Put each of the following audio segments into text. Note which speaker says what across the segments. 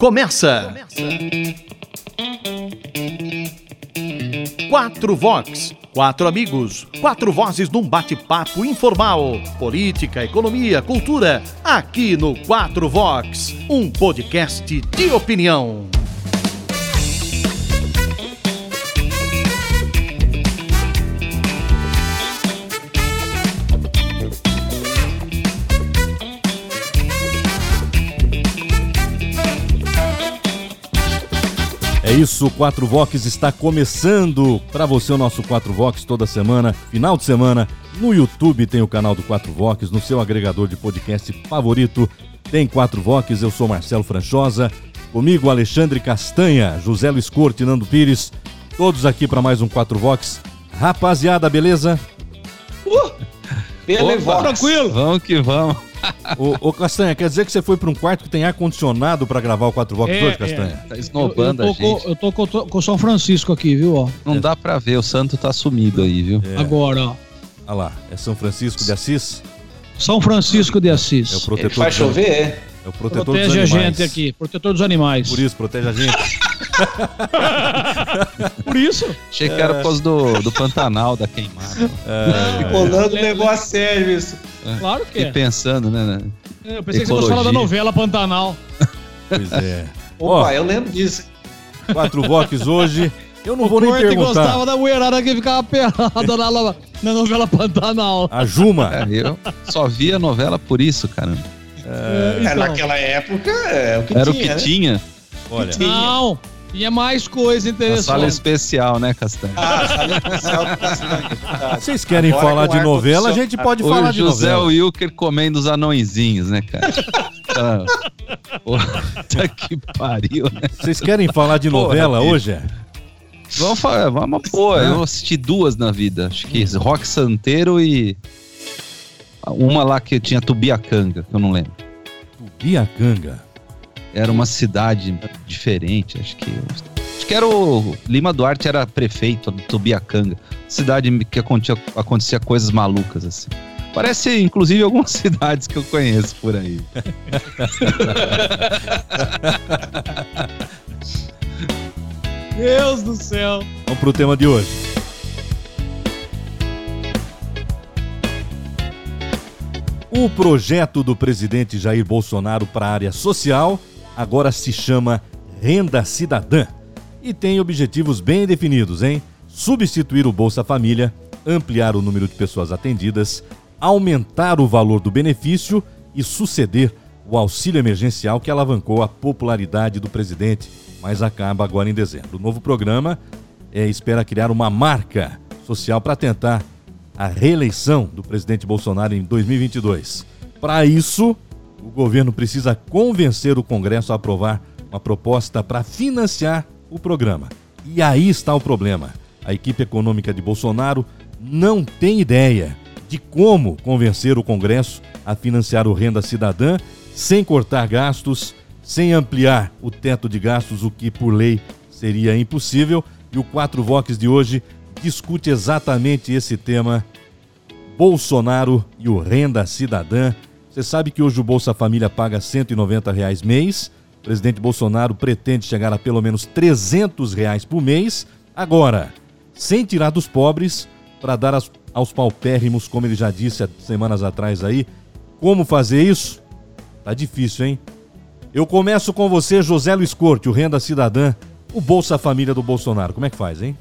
Speaker 1: Começa! 4 Vox, 4 amigos, 4 vozes num bate-papo informal. Política, economia, cultura, aqui no 4 Vox, um podcast de opinião.
Speaker 2: É isso, o 4 Vox está começando para você o nosso 4 Vox toda semana, final de semana. No YouTube tem o canal do 4 Vox, no seu agregador de podcast favorito tem 4 Vox. Eu sou Marcelo Franchosa, comigo Alexandre Castanha, José Luiz Corte, Nando Pires, todos aqui para mais um 4 Vox. Rapaziada, beleza?
Speaker 3: Beleza, tranquilo.
Speaker 4: Vamos que vamos.
Speaker 2: Ô Castanha, quer dizer que você foi para um quarto que tem ar-condicionado para gravar o 4 Vox hoje, Castanha?
Speaker 4: Tá esnobando a gente.
Speaker 3: Eu tô com o São Francisco aqui, viu? Ó.
Speaker 4: Não dá pra ver, o santo tá sumido aí, viu?
Speaker 3: Agora, ó.
Speaker 2: Olha lá, é São Francisco de Assis?
Speaker 3: São Francisco de Assis.
Speaker 2: É o protetor.
Speaker 5: Ele faz chover, é?
Speaker 2: É o protetor
Speaker 3: protege
Speaker 2: dos animais.
Speaker 3: a gente aqui, protetor dos animais.
Speaker 2: Por isso, protege a gente.
Speaker 3: Por isso?
Speaker 4: Achei que era por causa do Pantanal, da queimada.
Speaker 5: O Nando levou a sério isso.
Speaker 3: Claro que
Speaker 4: Fiquei
Speaker 3: é.
Speaker 4: pensando, né?
Speaker 3: Eu pensei que você fosse falar da novela Pantanal.
Speaker 2: Pois é.
Speaker 5: Opa,
Speaker 2: Ó,
Speaker 5: eu lembro disso.
Speaker 2: 4 Vox hoje. Eu não vou nem
Speaker 3: Corte
Speaker 2: perguntar.
Speaker 3: gostava da mulherada que ficava pelada na novela Pantanal.
Speaker 2: A Juma.
Speaker 4: Eu só vi a novela por isso, caramba.
Speaker 3: Então,
Speaker 5: Naquela época, o que
Speaker 4: Era
Speaker 5: tinha,
Speaker 4: o que tinha.
Speaker 2: Olha,
Speaker 3: não, tinha mais coisa
Speaker 4: A
Speaker 3: interessante.
Speaker 4: sala especial, né, Castanho?
Speaker 5: Sala especial do Castanho.
Speaker 2: vocês querem
Speaker 5: Agora
Speaker 2: falar
Speaker 5: com
Speaker 2: de novela, a gente pode falar
Speaker 4: O
Speaker 2: de
Speaker 4: José
Speaker 2: novela.
Speaker 4: Wilker comendo os anõezinhos, né, cara? Puta que pariu, né?
Speaker 2: Vocês querem falar de novela
Speaker 4: Porra,
Speaker 2: hoje?
Speaker 4: Vamos falar, pô, eu assisti 2 na vida. Acho que Rock Santeiro e uma lá que tinha Tubiacanga, que eu não lembro.
Speaker 2: Tubiacanga.
Speaker 4: Era uma cidade diferente, acho que era o Lima Duarte, era prefeito do Tubiacanga. Cidade que acontecia coisas malucas, assim. Parece, inclusive, algumas cidades que eu conheço por aí.
Speaker 3: Deus do céu.
Speaker 2: Vamos pro tema de hoje. O projeto do presidente Jair Bolsonaro para a área social agora se chama Renda Cidadã e tem objetivos bem definidos, hein? Substituir o Bolsa Família, ampliar o número de pessoas atendidas, aumentar o valor do benefício e suceder o auxílio emergencial que alavancou a popularidade do presidente, mas acaba agora em dezembro. O novo programa espera criar uma marca social para tentar a reeleição do presidente Bolsonaro em 2022. Para isso, o governo precisa convencer o Congresso a aprovar uma proposta para financiar o programa. E aí está o problema. A equipe econômica de Bolsonaro não tem ideia de como convencer o Congresso a financiar o Renda Cidadã sem cortar gastos, sem ampliar o teto de gastos, o que por lei seria impossível. E o 4 Vox de hoje discute exatamente esse tema, Bolsonaro e o Renda Cidadã. Você sabe que hoje o Bolsa Família paga R$190 mês. O presidente Bolsonaro pretende chegar a pelo menos R$300 por mês. Agora, sem tirar dos pobres, para dar aos paupérrimos, como ele já disse há semanas atrás aí. Como fazer isso? Tá difícil, hein? Eu começo com você, José Luiz Corte, o Renda Cidadã, o Bolsa Família do Bolsonaro. Como é que faz, hein?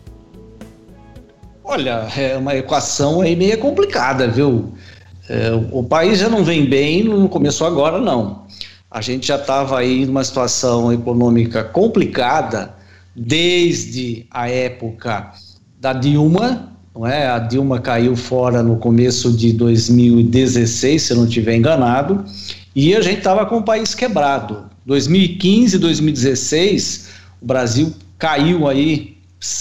Speaker 5: Olha, é uma equação aí meio complicada, viu? O país já não vem bem, não começou agora, não. A gente já estava aí numa situação econômica complicada desde a época da Dilma, não é? A Dilma caiu fora no começo de 2016, se eu não estiver enganado, e a gente estava com o país quebrado. 2015, 2016, o Brasil caiu aí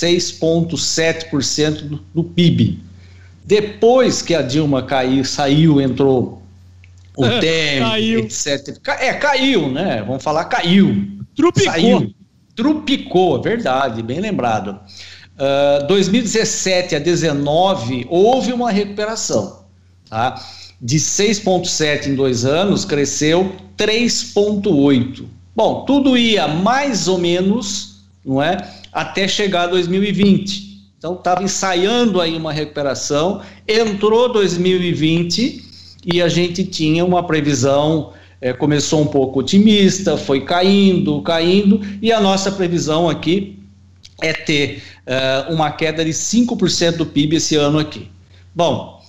Speaker 5: 6,7% do PIB. Depois que a Dilma saiu, entrou o Temer, etc. Caiu, né? Vamos falar, caiu. Trupicou, é verdade, bem lembrado. 2017 a 2019 houve uma recuperação, tá? De 6,7 em 2 anos, cresceu 3,8. Bom, tudo ia mais ou menos, não é, até chegar 2020. Então estava ensaiando aí uma recuperação, entrou 2020 e a gente tinha uma previsão, começou um pouco otimista, foi caindo, e a nossa previsão aqui é ter uma queda de 5% do PIB esse ano aqui. Bom,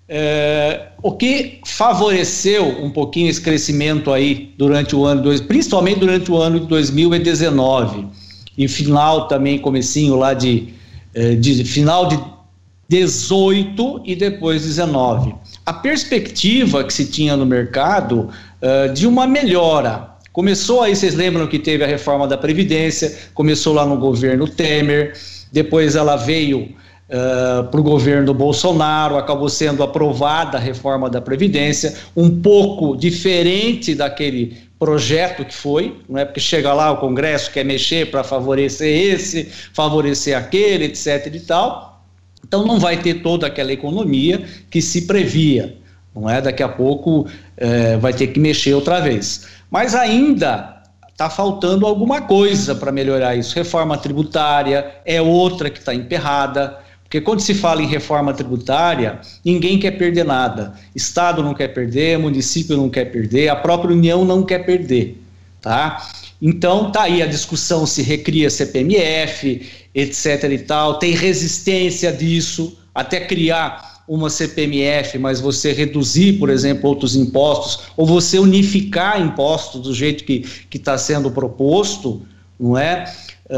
Speaker 5: o que favoreceu um pouquinho esse crescimento aí durante o ano, principalmente durante o ano de 2019, e final também, comecinho lá de final de 18 e depois 19. A perspectiva que se tinha no mercado de uma melhora. Começou aí, vocês lembram que teve a reforma da Previdência, começou lá no governo Temer, depois ela veio para o governo Bolsonaro, acabou sendo aprovada a reforma da Previdência, um pouco diferente daquele projeto que foi, não é, porque chega lá o Congresso quer mexer para favorecer esse, favorecer aquele, etc. e tal, então não vai ter toda aquela economia que se previa, não é? Daqui a pouco vai ter que mexer outra vez, mas ainda está faltando alguma coisa para melhorar isso. Reforma tributária é outra que está emperrada, porque quando se fala em reforma tributária, ninguém quer perder nada. Estado não quer perder, município não quer perder, a própria União não quer perder, tá? Então tá aí a discussão se recria CPMF, etc. e tal, tem resistência disso, até criar uma CPMF, mas você reduzir, por exemplo, outros impostos, ou você unificar impostos do jeito que está sendo proposto, não é?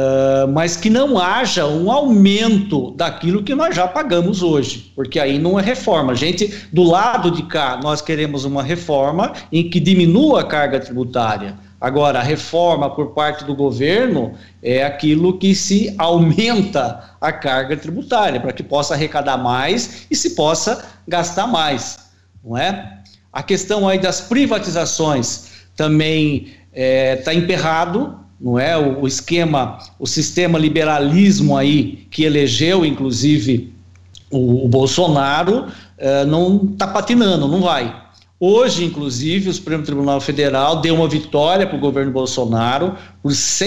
Speaker 5: Mas que não haja um aumento daquilo que nós já pagamos hoje, porque aí não é reforma. A gente, do lado de cá, nós queremos uma reforma em que diminua a carga tributária. Agora, a reforma por parte do governo é aquilo que se aumenta a carga tributária, para que possa arrecadar mais e se possa gastar mais, não é? A questão aí das privatizações também está emperrado, não é? O esquema, o sistema liberalismo aí que elegeu, inclusive, o Bolsonaro, não está patinando, não vai. Hoje, inclusive, o Supremo Tribunal Federal deu uma vitória para o governo Bolsonaro por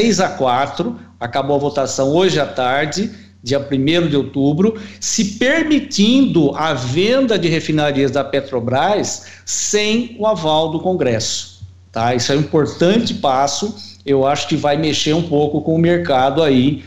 Speaker 5: 6-4, acabou a votação hoje à tarde, dia 1º de outubro, se permitindo a venda de refinarias da Petrobras sem o aval do Congresso, tá? Isso é um importante passo. Eu acho que vai mexer um pouco com o mercado aí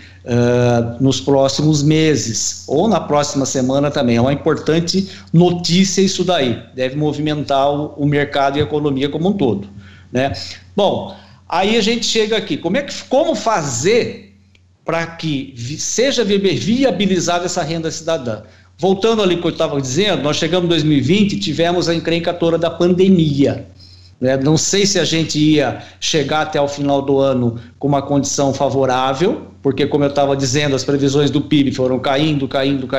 Speaker 5: nos próximos meses, ou na próxima semana também. É uma importante notícia isso daí, deve movimentar o mercado e a economia como um todo, né? Bom, aí a gente chega aqui, como fazer para que seja viabilizada essa renda cidadã? Voltando ali ao que eu estava dizendo, nós chegamos em 2020 e tivemos a encrenca toda da pandemia. Não sei se a gente ia chegar até o final do ano com uma condição favorável, porque, como eu estava dizendo, as previsões do PIB foram caindo,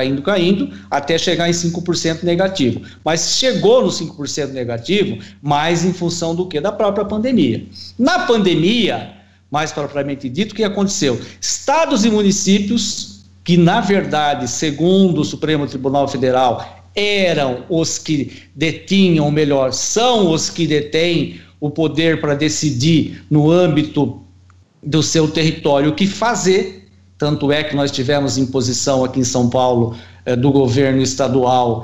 Speaker 5: até chegar em 5% negativo. Mas chegou no 5% negativo, mais em função do quê? Da própria pandemia. Na pandemia, mais propriamente dito, o que aconteceu? Estados e municípios, que na verdade, segundo o Supremo Tribunal Federal, eram os que detinham, ou melhor, são os que detêm o poder para decidir no âmbito do seu território o que fazer. Tanto é que nós tivemos imposição aqui em São Paulo do governo estadual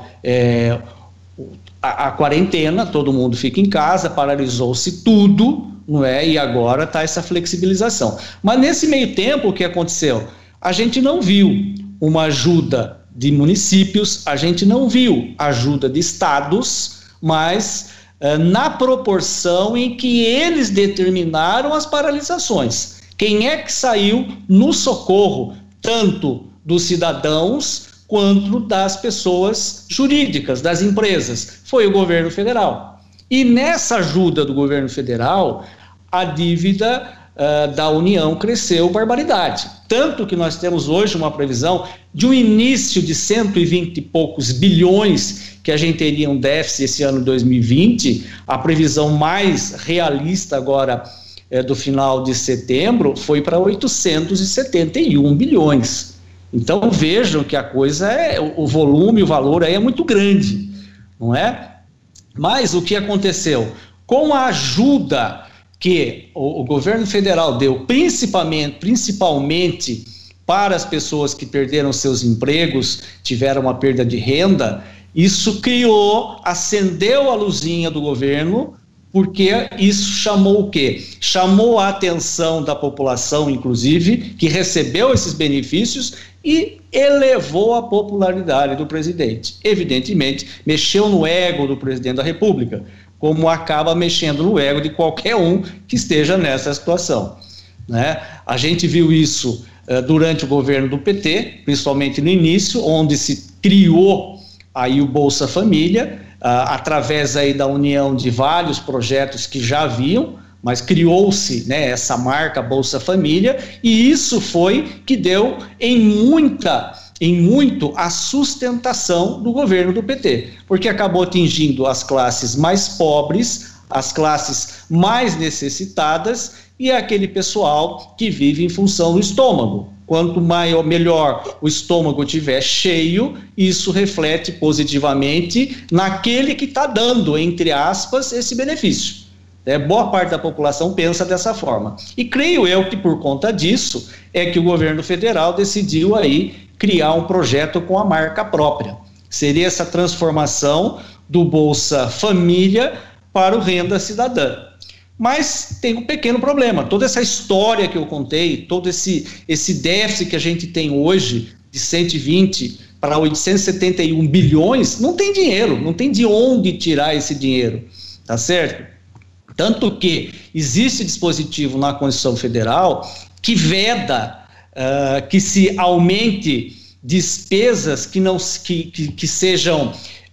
Speaker 5: a quarentena, todo mundo fica em casa, paralisou-se tudo, não é? E agora está essa flexibilização. Mas nesse meio tempo, o que aconteceu? A gente não viu uma ajuda de municípios, a gente não viu ajuda de estados, mas na proporção em que eles determinaram as paralisações. Quem é que saiu no socorro, tanto dos cidadãos quanto das pessoas jurídicas, das empresas? Foi o governo federal. E nessa ajuda do governo federal, a dívida da União cresceu barbaridade. Tanto que nós temos hoje uma previsão de um início de 120 e poucos bilhões que a gente teria um déficit esse ano 2020. A previsão mais realista agora do final de setembro foi para 871 bilhões. Então vejam que a coisa o volume, o valor aí é muito grande, não é? Mas o que aconteceu? Com a ajuda que o governo federal deu principalmente para as pessoas que perderam seus empregos, tiveram uma perda de renda, isso acendeu a luzinha do governo, porque isso chamou o quê? Chamou a atenção da população, inclusive, que recebeu esses benefícios e elevou a popularidade do presidente. Evidentemente, mexeu no ego do presidente da República, como acaba mexendo no ego de qualquer um que esteja nessa situação, né? A gente viu isso durante o governo do PT, principalmente no início, onde se criou aí o Bolsa Família, através aí da união de vários projetos que já haviam, mas criou-se, né, essa marca Bolsa Família, e isso foi que deu em muito a sustentação do governo do PT, porque acabou atingindo as classes mais pobres, as classes mais necessitadas e aquele pessoal que vive em função do estômago. Quanto melhor o estômago estiver cheio, isso reflete positivamente naquele que está dando, entre aspas, esse benefício. Boa parte da população pensa dessa forma. E creio eu que por conta disso é que o governo federal decidiu aí criar um projeto com a marca própria. Seria essa transformação do Bolsa Família para o Renda Cidadã. Mas tem um pequeno problema. Toda essa história que eu contei, todo esse déficit que a gente tem hoje, de 120 para 871 bilhões, não tem dinheiro, não tem de onde tirar esse dinheiro, tá certo? Tanto que existe dispositivo na Constituição Federal que veda que se aumente despesas que sejam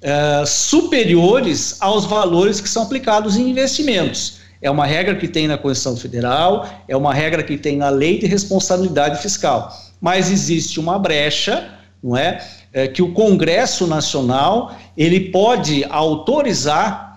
Speaker 5: superiores aos valores que são aplicados em investimentos. É uma regra que tem na Constituição Federal, é uma regra que tem na Lei de Responsabilidade Fiscal. Mas existe uma brecha, não é? Que o Congresso Nacional ele pode autorizar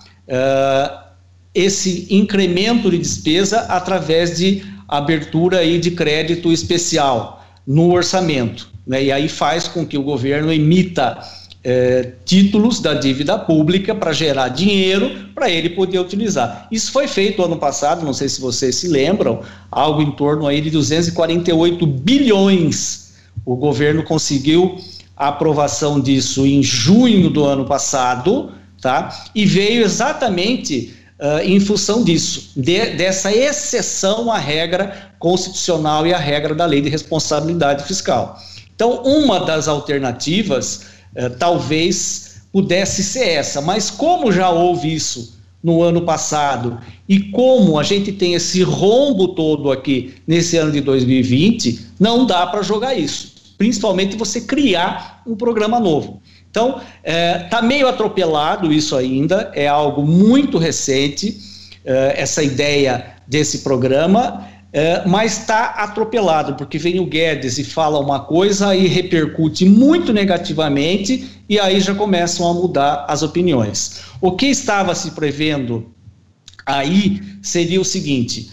Speaker 5: esse incremento de despesa através de abertura aí de crédito especial no orçamento, né? E aí faz com que o governo emita títulos da dívida pública para gerar dinheiro para ele poder utilizar. Isso foi feito ano passado, não sei se vocês se lembram, algo em torno aí de 248 bilhões. O governo conseguiu a aprovação disso em junho do ano passado, tá? E veio exatamente em função disso, dessa exceção à regra constitucional e à regra da Lei de Responsabilidade Fiscal. Então, uma das alternativas talvez pudesse ser essa, mas como já houve isso no ano passado e como a gente tem esse rombo todo aqui nesse ano de 2020, não dá para jogar isso, principalmente você criar um programa novo. Então, está meio atropelado isso ainda, é algo muito recente, essa ideia desse programa, mas está atropelado, porque vem o Guedes e fala uma coisa e repercute muito negativamente, e aí já começam a mudar as opiniões. O que estava se prevendo aí seria o seguinte,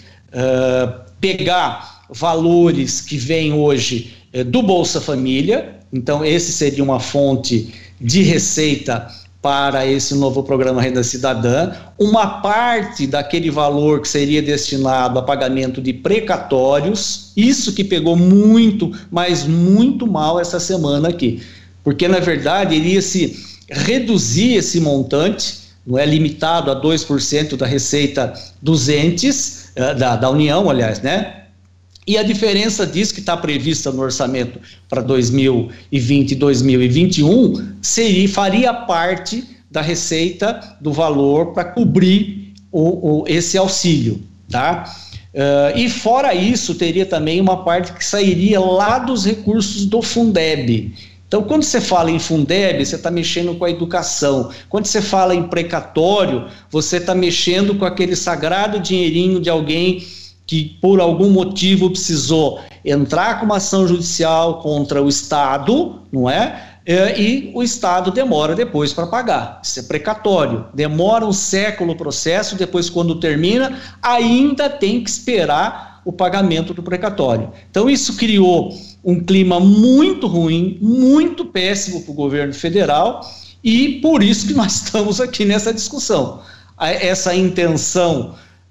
Speaker 5: pegar valores que vêm hoje do Bolsa Família, então esse seria uma fonte de receita para esse novo programa Renda Cidadã, uma parte daquele valor que seria destinado a pagamento de precatórios, isso que pegou muito, mas muito mal essa semana aqui, porque na verdade iria se reduzir esse montante, não é limitado a 2% da receita dos entes, da União, aliás, né? E a diferença disso que está prevista no orçamento para 2020 e 2021 faria parte da receita do valor para cobrir esse auxílio, tá? E fora isso, teria também uma parte que sairia lá dos recursos do Fundeb. Então, quando você fala em Fundeb, você está mexendo com a educação. Quando você fala em precatório, você está mexendo com aquele sagrado dinheirinho de alguém que por algum motivo precisou entrar com uma ação judicial contra o Estado, não é? E o Estado demora depois para pagar. Isso é precatório. Demora um século o processo, depois quando termina, ainda tem que esperar o pagamento do precatório. Então isso criou um clima muito ruim, muito péssimo para o governo federal, e por isso que nós estamos aqui nessa discussão. Essa intenção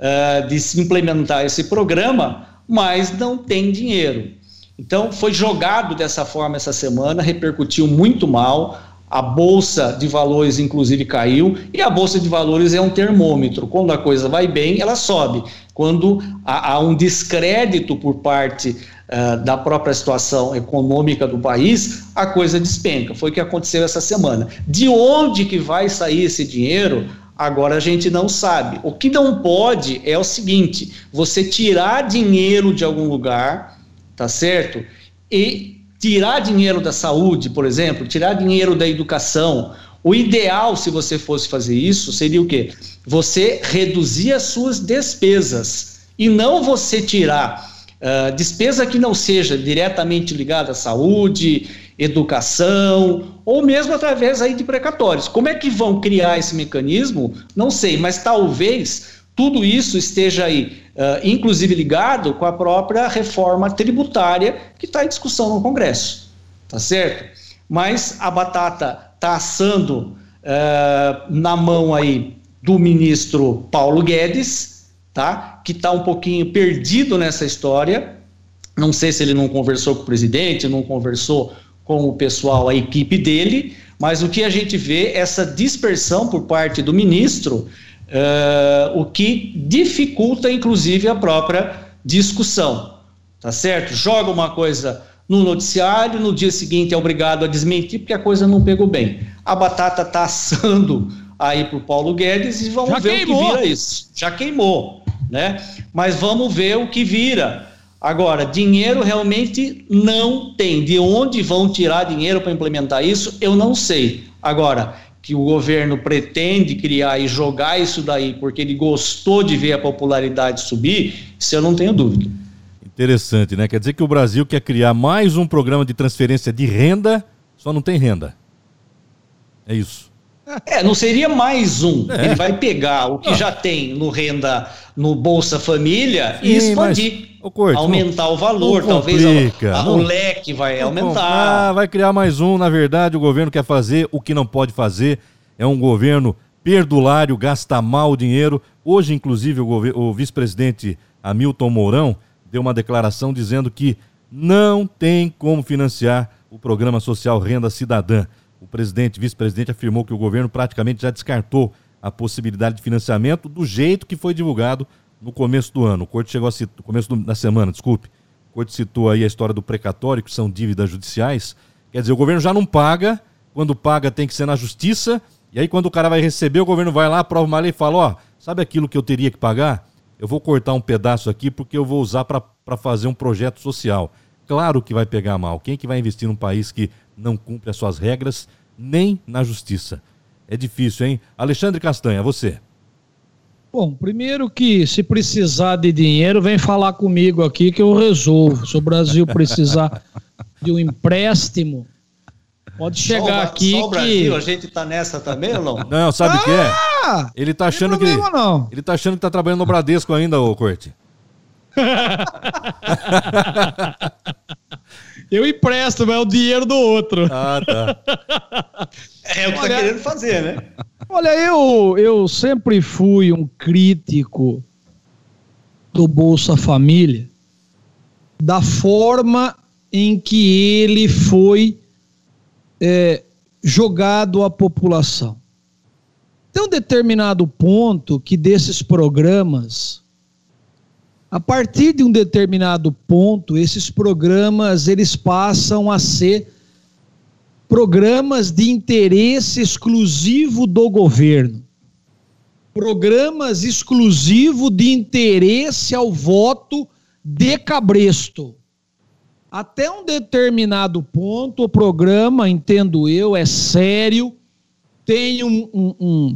Speaker 5: de se implementar esse programa, mas não tem dinheiro. Então, foi jogado dessa forma essa semana, repercutiu muito mal, a Bolsa de Valores, inclusive, caiu, e a Bolsa de Valores é um termômetro. Quando a coisa vai bem, ela sobe. Quando há um descrédito por parte da própria situação econômica do país, a coisa despenca. Foi o que aconteceu essa semana. De onde que vai sair esse dinheiro? Agora a gente não sabe. O que não pode é o seguinte: você tirar dinheiro de algum lugar, tá certo? E tirar dinheiro da saúde, por exemplo, tirar dinheiro da educação. O ideal, se você fosse fazer isso, seria o quê? Você reduzir as suas despesas e não você tirar despesa que não seja diretamente ligada à saúde, educação, ou mesmo através aí de precatórios. Como é que vão criar esse mecanismo? Não sei, mas talvez tudo isso esteja aí, inclusive ligado com a própria reforma tributária que está em discussão no Congresso, tá certo? Mas a batata está assando na mão aí do ministro Paulo Guedes, tá? Que está um pouquinho perdido nessa história. Não sei se ele não conversou com o presidente, não conversou com o pessoal, a equipe dele, mas o que a gente vê é essa dispersão por parte do ministro, o que dificulta, inclusive, a própria discussão, tá certo? Joga uma coisa no noticiário, no dia seguinte é obrigado a desmentir porque a coisa não pegou bem. A batata está assando aí para o Paulo Guedes e vamos ver o que vira isso. Já queimou, né? Mas vamos ver o que vira. Agora, dinheiro realmente não tem. De onde vão tirar dinheiro para implementar isso, eu não sei. Agora, que o governo pretende criar e jogar isso daí porque ele gostou de ver a popularidade subir, isso eu não tenho dúvida.
Speaker 2: Interessante, né? Quer dizer que o Brasil quer criar mais um programa de transferência de renda, só não tem renda. É isso.
Speaker 5: Não seria mais um. Ele vai pegar o que já tem no renda, no Bolsa Família, e expandir, aumentar o valor, talvez o leque vai aumentar.
Speaker 2: Vai criar mais um. Na verdade, o governo quer fazer o que não pode fazer. É um governo perdulário, gasta mal o dinheiro. Hoje, inclusive, o vice-presidente Hamilton Mourão deu uma declaração dizendo que não tem como financiar o programa social Renda Cidadã. O vice-presidente afirmou que o governo praticamente já descartou a possibilidade de financiamento do jeito que foi divulgado no começo do ano. O Corte chegou a citar, no começo da semana, desculpe. O Corte citou aí a história do precatório, que são dívidas judiciais. Quer dizer, o governo já não paga, quando paga tem que ser na justiça, e aí quando o cara vai receber, o governo vai lá, aprova uma lei e fala, sabe aquilo que eu teria que pagar? Eu vou cortar um pedaço aqui porque eu vou usar para fazer um projeto social. Claro que vai pegar mal. Quem que vai investir num país que não cumpre as suas regras, nem na justiça? É difícil, hein? Alexandre Castanha, você.
Speaker 3: Bom, primeiro que se precisar de dinheiro, vem falar comigo aqui que eu resolvo. Se o Brasil precisar de um empréstimo, pode chegar aqui
Speaker 5: só o Brasil, a gente tá nessa também ou não?
Speaker 2: Não, sabe o que é? Ele tá achando que ele tá achando que tá trabalhando no Bradesco ainda, ô Corte.
Speaker 3: Eu empresto, mas é o dinheiro do outro.
Speaker 2: Tá.
Speaker 5: É o que tá querendo fazer, né?
Speaker 3: Olha, eu sempre fui um crítico do Bolsa Família, da forma em que ele foi jogado à população. Tem um determinado ponto que desses programas, a partir de um determinado ponto, esses programas eles passam a ser programas de interesse exclusivo do governo. Programas exclusivos de interesse ao voto de cabresto. Até um determinado ponto, o programa, entendo eu, é sério, tem um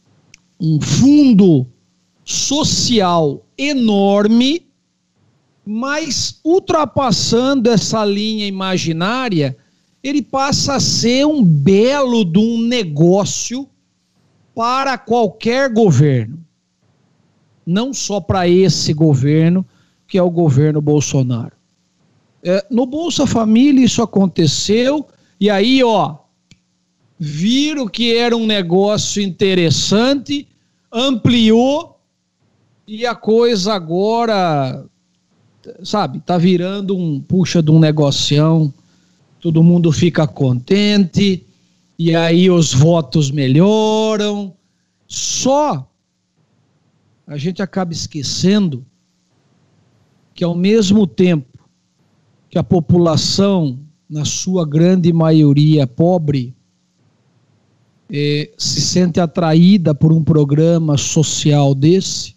Speaker 3: fundo social enorme, mas ultrapassando essa linha imaginária, ele passa a ser um belo de um negócio para qualquer governo. Não só para esse governo, que é o governo Bolsonaro. No Bolsa Família isso aconteceu, e aí, viram que era um negócio interessante, ampliou, E a coisa agora, sabe, tá virando puxa de um negocião, todo mundo fica contente, e aí os votos melhoram. Só a gente acaba esquecendo que ao mesmo tempo que a população, na sua grande maioria pobre, se sente atraída por um programa social desse,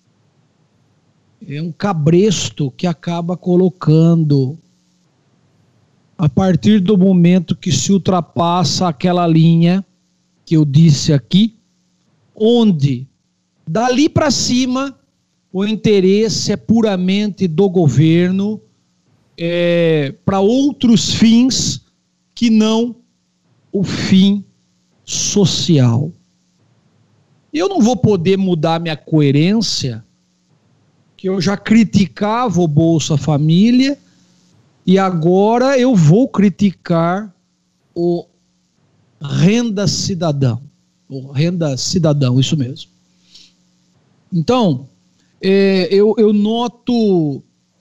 Speaker 3: é um cabresto que acaba colocando, a partir do momento que se ultrapassa aquela linha que eu disse aqui, onde dali para cima o interesse é puramente do governo, para outros fins que não o fim social. Eu não vou poder mudar minha coerência, que eu já criticava o Bolsa Família e agora eu vou criticar o Renda Cidadão. O Renda Cidadão, isso mesmo. Então, eu noto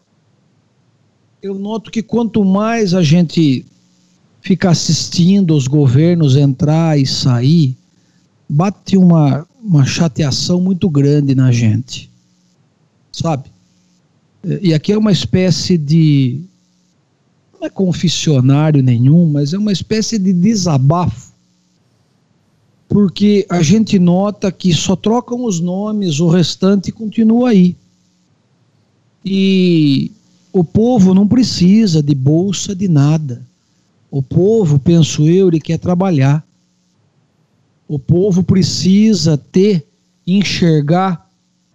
Speaker 3: que quanto mais a gente fica assistindo os governos entrar e sair, bate uma chateação muito grande na gente, sabe? E aqui é uma espécie de, não é confessionário nenhum, mas é uma espécie de desabafo, porque a gente nota que só trocam os nomes, o restante continua aí. E o povo não precisa de bolsa de nada. O povo, penso eu, ele quer trabalhar. O povo precisa enxergar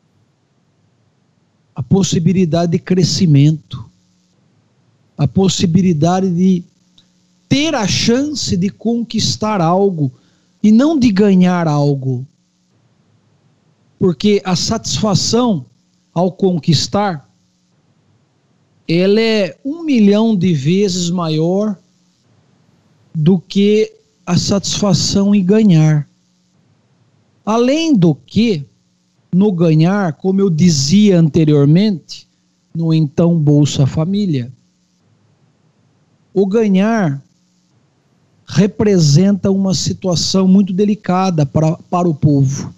Speaker 3: a possibilidade de crescimento, a possibilidade de ter a chance de conquistar algo e não de ganhar algo. Porque a satisfação ao conquistar, ela é 1 milhão de vezes maior do que a satisfação em ganhar. Além do que, no ganhar, como eu dizia anteriormente, no então Bolsa Família, o ganhar representa uma situação muito delicada para o povo.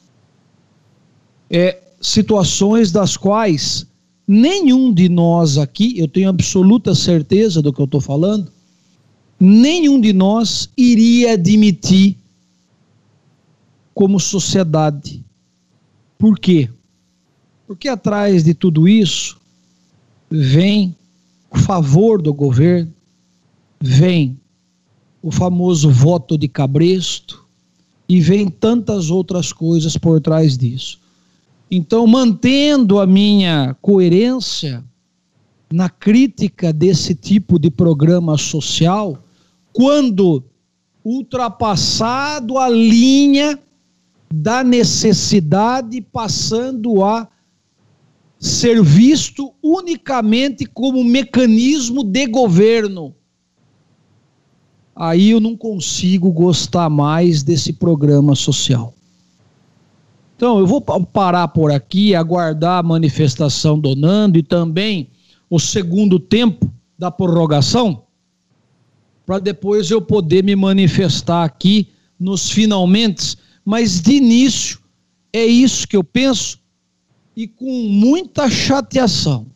Speaker 3: Situações das quais nenhum de nós aqui, eu tenho absoluta certeza do que eu estou falando, nenhum de nós iria admitir como sociedade. Por quê? Porque atrás de tudo isso vem o favor do governo, vem o famoso voto de cabresto e vem tantas outras coisas por trás disso. Então, mantendo a minha coerência na crítica desse tipo de programa social, quando ultrapassado a linha da necessidade, passando a ser visto unicamente como mecanismo de governo, aí eu não consigo gostar mais desse programa social. Então, eu vou parar por aqui, aguardar a manifestação do Nando e também o segundo tempo da prorrogação, para depois eu poder me manifestar aqui nos finalmente, mas de início é isso que eu penso e com muita chateação,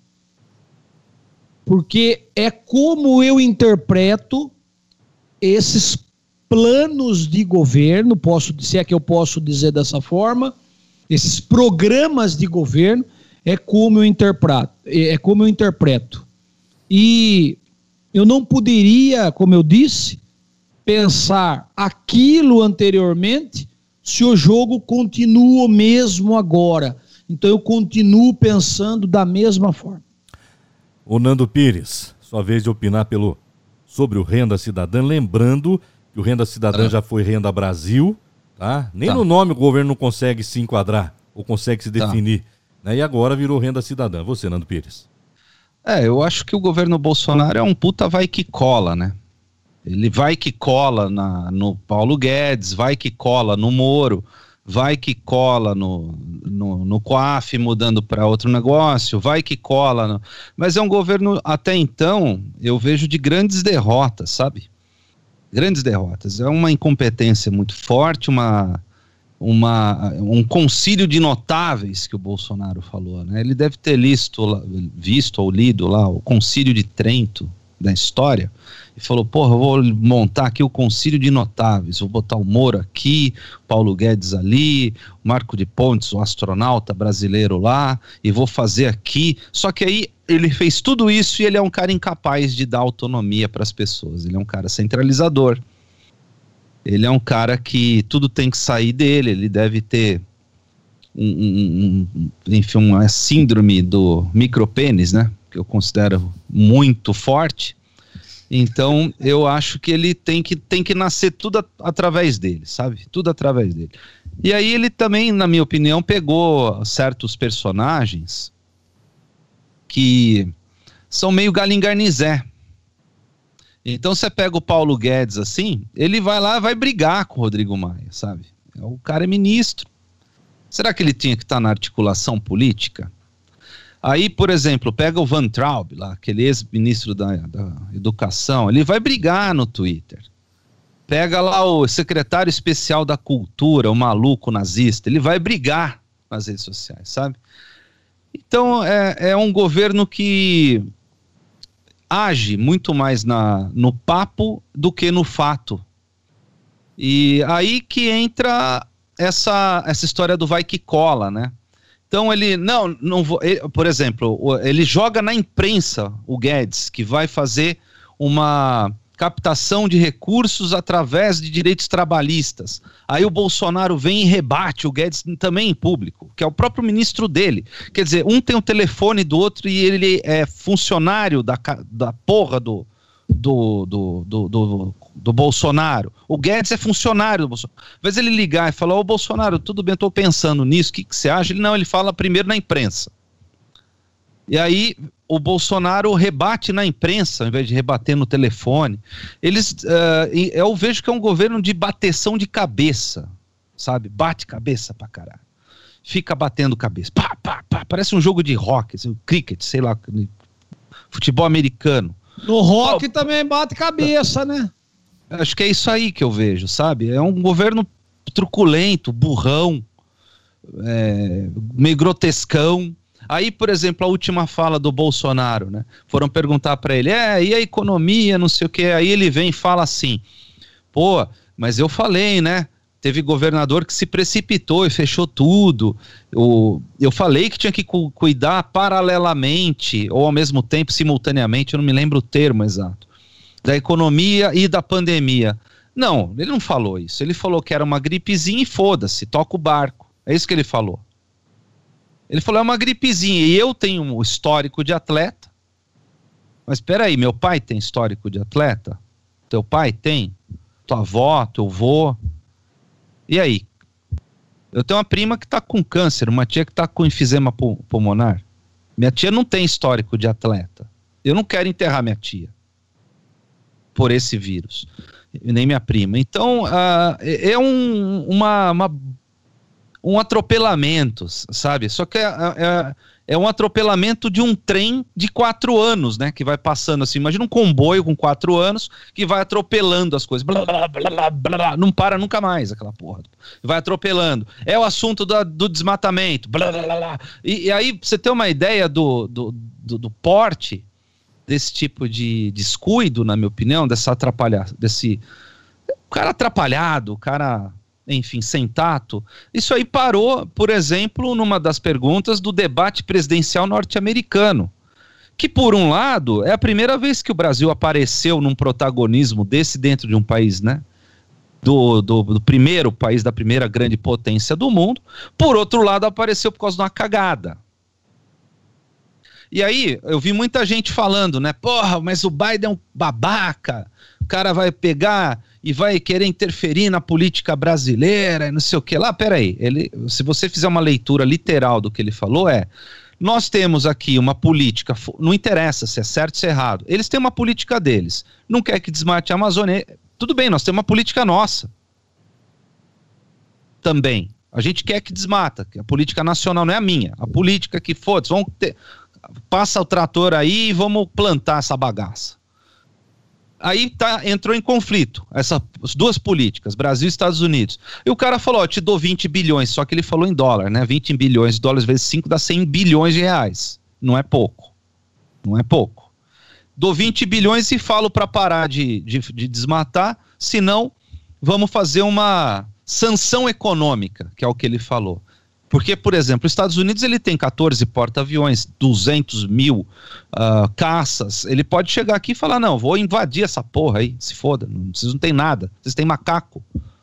Speaker 3: porque é como eu interpreto esses planos de governo, se é que eu posso dizer dessa forma, esses programas de governo, é como eu interpreto. E eu não poderia, como eu disse, pensar aquilo anteriormente se o jogo continua o mesmo agora. Então eu continuo pensando da mesma forma.
Speaker 2: O Nando Pires, sua vez de opinar sobre o Renda Cidadã, lembrando que o Renda Cidadã já foi Renda Brasil, tá? Nem no nome o governo não consegue se enquadrar, ou consegue se definir, né? E agora virou Renda Cidadã. Você, Nando Pires?
Speaker 4: Eu acho que o governo Bolsonaro é um puta vai que cola, né? Ele vai que cola no Paulo Guedes, vai que cola no Moro, vai que cola no COAF mudando para outro negócio, vai que cola. Mas é um governo, até então, eu vejo de grandes derrotas, sabe? Grandes derrotas. É uma incompetência muito forte, um concílio de notáveis que o Bolsonaro falou, né? Ele deve ter visto ou lido lá o Concílio de Trento da história e falou, porra, eu vou montar aqui o Concílio de Notáveis, vou botar o Moro aqui, Paulo Guedes ali, o Marco de Pontes, o astronauta brasileiro lá, e vou fazer aqui. Só que aí ele fez tudo isso e ele é um cara incapaz de dar autonomia para as pessoas, ele é um cara centralizador. Ele é um cara que tudo tem que sair dele, ele deve ter enfim, uma síndrome do micropênis, né? Que eu considero muito forte. Então, eu acho que ele tem que nascer tudo através dele, sabe? Tudo através dele. E aí ele também, na minha opinião, pegou certos personagens que são meio galingarnizé. Então você pega o Paulo Guedes assim, ele vai lá, vai brigar com o Rodrigo Maia, sabe? O cara é ministro. Será que ele tinha que estar na articulação política? Aí, por exemplo, pega o Van Traub, lá, aquele ex-ministro da Educação, ele vai brigar no Twitter. Pega lá o secretário especial da Cultura, o maluco nazista, ele vai brigar nas redes sociais, sabe? Então, é um governo que age muito mais no papo do que no fato. E aí que entra essa história do vai que cola, né? Então ele, não vou, por exemplo, ele joga na imprensa, o Guedes, que vai fazer uma captação de recursos através de direitos trabalhistas. Aí o Bolsonaro vem e rebate o Guedes também em público, que é o próprio ministro dele. Quer dizer, um tem o telefone do outro e ele é funcionário da porra do Bolsonaro. O Guedes é funcionário do Bolsonaro. Às vezes ele ligar e falar, ô Bolsonaro, tudo bem, estou pensando nisso, o que você acha? Ele fala primeiro na imprensa. E aí o Bolsonaro rebate na imprensa, ao invés de rebater no telefone. Eu vejo que é um governo de bateção de cabeça, sabe? Bate cabeça pra caralho. Fica batendo cabeça. Pá, pá, pá. Parece um jogo de rock, assim, cricket, sei lá, futebol americano.
Speaker 3: No rock também bate cabeça, né?
Speaker 4: Acho que é isso aí que eu vejo, sabe? É um governo truculento, burrão, meio grotescão. Aí, por exemplo, a última fala do Bolsonaro, né? Foram perguntar para ele, e a economia, não sei o que. Aí ele vem e fala assim, pô, mas eu falei, né? Teve governador que se precipitou e fechou tudo. Eu falei que tinha que cuidar paralelamente, ou ao mesmo tempo, simultaneamente, eu não me lembro o termo exato, da economia e da pandemia. Não, ele não falou isso. Ele falou que era uma gripezinha e foda-se, toca o barco. É isso que ele falou. Ele falou, é uma gripezinha, e eu tenho um histórico de atleta. Mas peraí, meu pai tem histórico de atleta? Teu pai tem? Tua avó, teu vô? E aí? Eu tenho uma prima que tá com câncer, uma tia que tá com enfisema pulmonar. Minha tia não tem histórico de atleta. Eu não quero enterrar minha tia por esse vírus, nem minha prima. Então, é um atropelamento, sabe? Só que é um atropelamento de um trem de 4 anos, né? Que vai passando assim. Imagina um comboio com 4 anos que vai atropelando as coisas. Blá, blá, blá, blá, não para nunca mais aquela porra. Vai atropelando. É o assunto do desmatamento. Blá, blá, blá. E aí, você tem uma ideia do porte desse tipo de descuido, na minha opinião, desse cara atrapalhado, o cara... enfim, sem tato. Isso aí parou, por exemplo, numa das perguntas do debate presidencial norte-americano, que por um lado é a primeira vez que o Brasil apareceu num protagonismo desse dentro de um país, né? Do primeiro país, da primeira grande potência do mundo. Por outro lado, apareceu por causa de uma cagada. E aí, eu vi muita gente falando, né? Porra, mas o Biden é um babaca, o cara vai pegar e vai querer interferir na política brasileira e não sei o que lá. Peraí, se você fizer uma leitura literal do que ele falou, nós temos aqui uma política, não interessa se é certo ou se é errado, eles têm uma política deles, não quer que desmate a Amazônia, tudo bem, nós temos uma política nossa também. A gente quer que desmata, que a política nacional não é a minha. A política que foda-se, passa o trator aí e vamos plantar essa bagaça. Aí entrou em conflito essas duas políticas, Brasil e Estados Unidos. E o cara falou, te dou 20 bilhões, só que ele falou em dólar, né? 20 bilhões de dólares vezes 5 dá 100 bilhões de reais. Não é pouco. Não é pouco. Dou 20 bilhões e falo para parar de desmatar, senão vamos fazer uma sanção econômica, que é o que ele falou. Porque, por exemplo, os Estados Unidos ele tem 14 porta-aviões, 200 mil caças. Ele pode chegar aqui e falar, não, vou invadir essa porra aí, se foda, vocês não têm nada. Vocês têm macaco,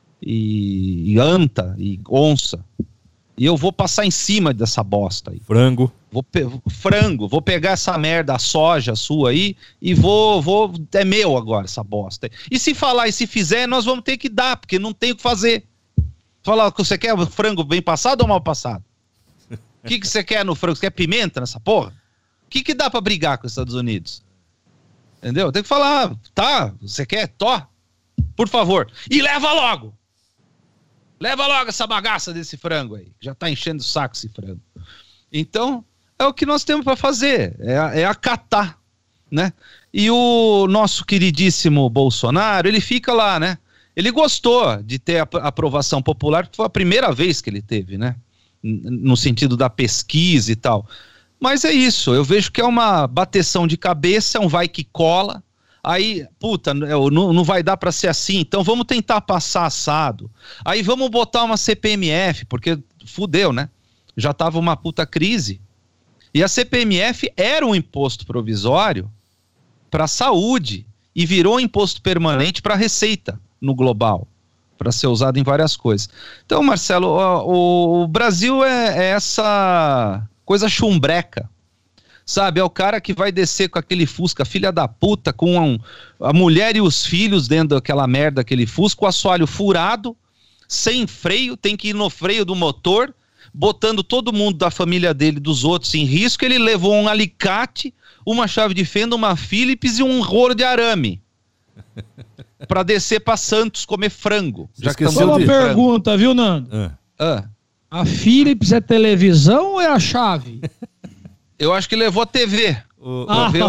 Speaker 4: e anta, e onça. E eu vou passar em cima dessa bosta aí.
Speaker 2: Frango.
Speaker 4: Vou pegar essa merda, a soja sua aí, e vou é meu agora essa bosta. E se falar e se fizer, nós vamos ter que dar, porque não tem o que fazer. Fala, você quer frango bem passado ou mal passado? O que você quer no frango? Você quer pimenta nessa porra? O que dá pra brigar com os Estados Unidos? Entendeu? Tem que falar, tá, você quer? Tó, por favor. E leva logo! Leva logo essa bagaça desse frango aí. Já tá enchendo o saco esse frango. Então, é o que nós temos para fazer. É acatar, né? E o nosso queridíssimo Bolsonaro, ele fica lá, né? Ele gostou de ter a aprovação popular, porque foi a primeira vez que ele teve, né? No sentido da pesquisa e tal. Mas é isso, eu vejo que é uma bateção de cabeça, é um vai que cola. Aí, puta, não vai dar para ser assim, então vamos tentar passar assado. Aí vamos botar uma CPMF, porque fudeu, né? Já tava uma puta crise. E a CPMF era um imposto provisório para a saúde e virou um imposto permanente para a receita no global, para ser usado em várias coisas. Então, Marcelo, o Brasil é essa coisa chumbreca. Sabe, é o cara que vai descer com aquele Fusca, filha da puta, com a mulher e os filhos dentro daquela merda, aquele Fusca, com o assoalho furado, sem freio, tem que ir no freio do motor, botando todo mundo da família dele, dos outros, em risco. Ele levou um alicate, uma chave de fenda, uma Phillips e um rolo de arame para descer para Santos comer frango. Já que
Speaker 3: só uma pergunta, viu, Nando? A Philips é televisão ou é a chave?
Speaker 4: Eu acho que levou a TV. Pra ver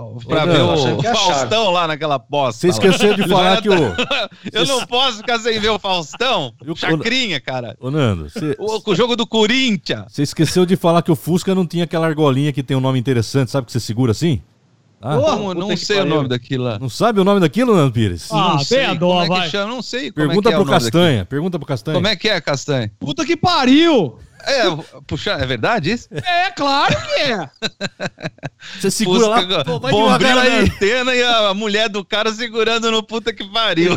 Speaker 4: o Faustão lá naquela bosta.
Speaker 2: Você esqueceu de falar que o...
Speaker 4: Eu não posso ficar sem ver o Faustão. Chacrinha, cara.
Speaker 2: Ô, Nando,
Speaker 4: o jogo do Corinthians.
Speaker 2: Você esqueceu de falar que o Fusca não tinha aquela argolinha que tem um nome interessante, sabe, que você segura assim?
Speaker 4: Não sei o nome daquilo lá.
Speaker 2: Não sabe o nome daquilo, Nando Pires?
Speaker 4: Não sei como é que chama, não sei como
Speaker 2: Pergunta
Speaker 4: é que é
Speaker 2: pro Castanha, pergunta pro Castanha.
Speaker 4: Como é que é, Castanha?
Speaker 3: Puta que pariu!
Speaker 4: É verdade isso?
Speaker 3: É, claro que é.
Speaker 2: Você segura lá,
Speaker 4: bombril na antena e a mulher do cara segurando no puta que pariu.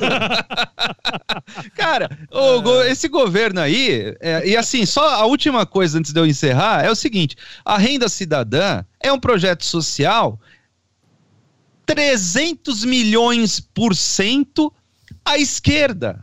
Speaker 4: Cara, esse governo aí, e assim, só a última coisa antes de eu encerrar, é o seguinte, a Renda Cidadã é um projeto social 300 milhões% à esquerda.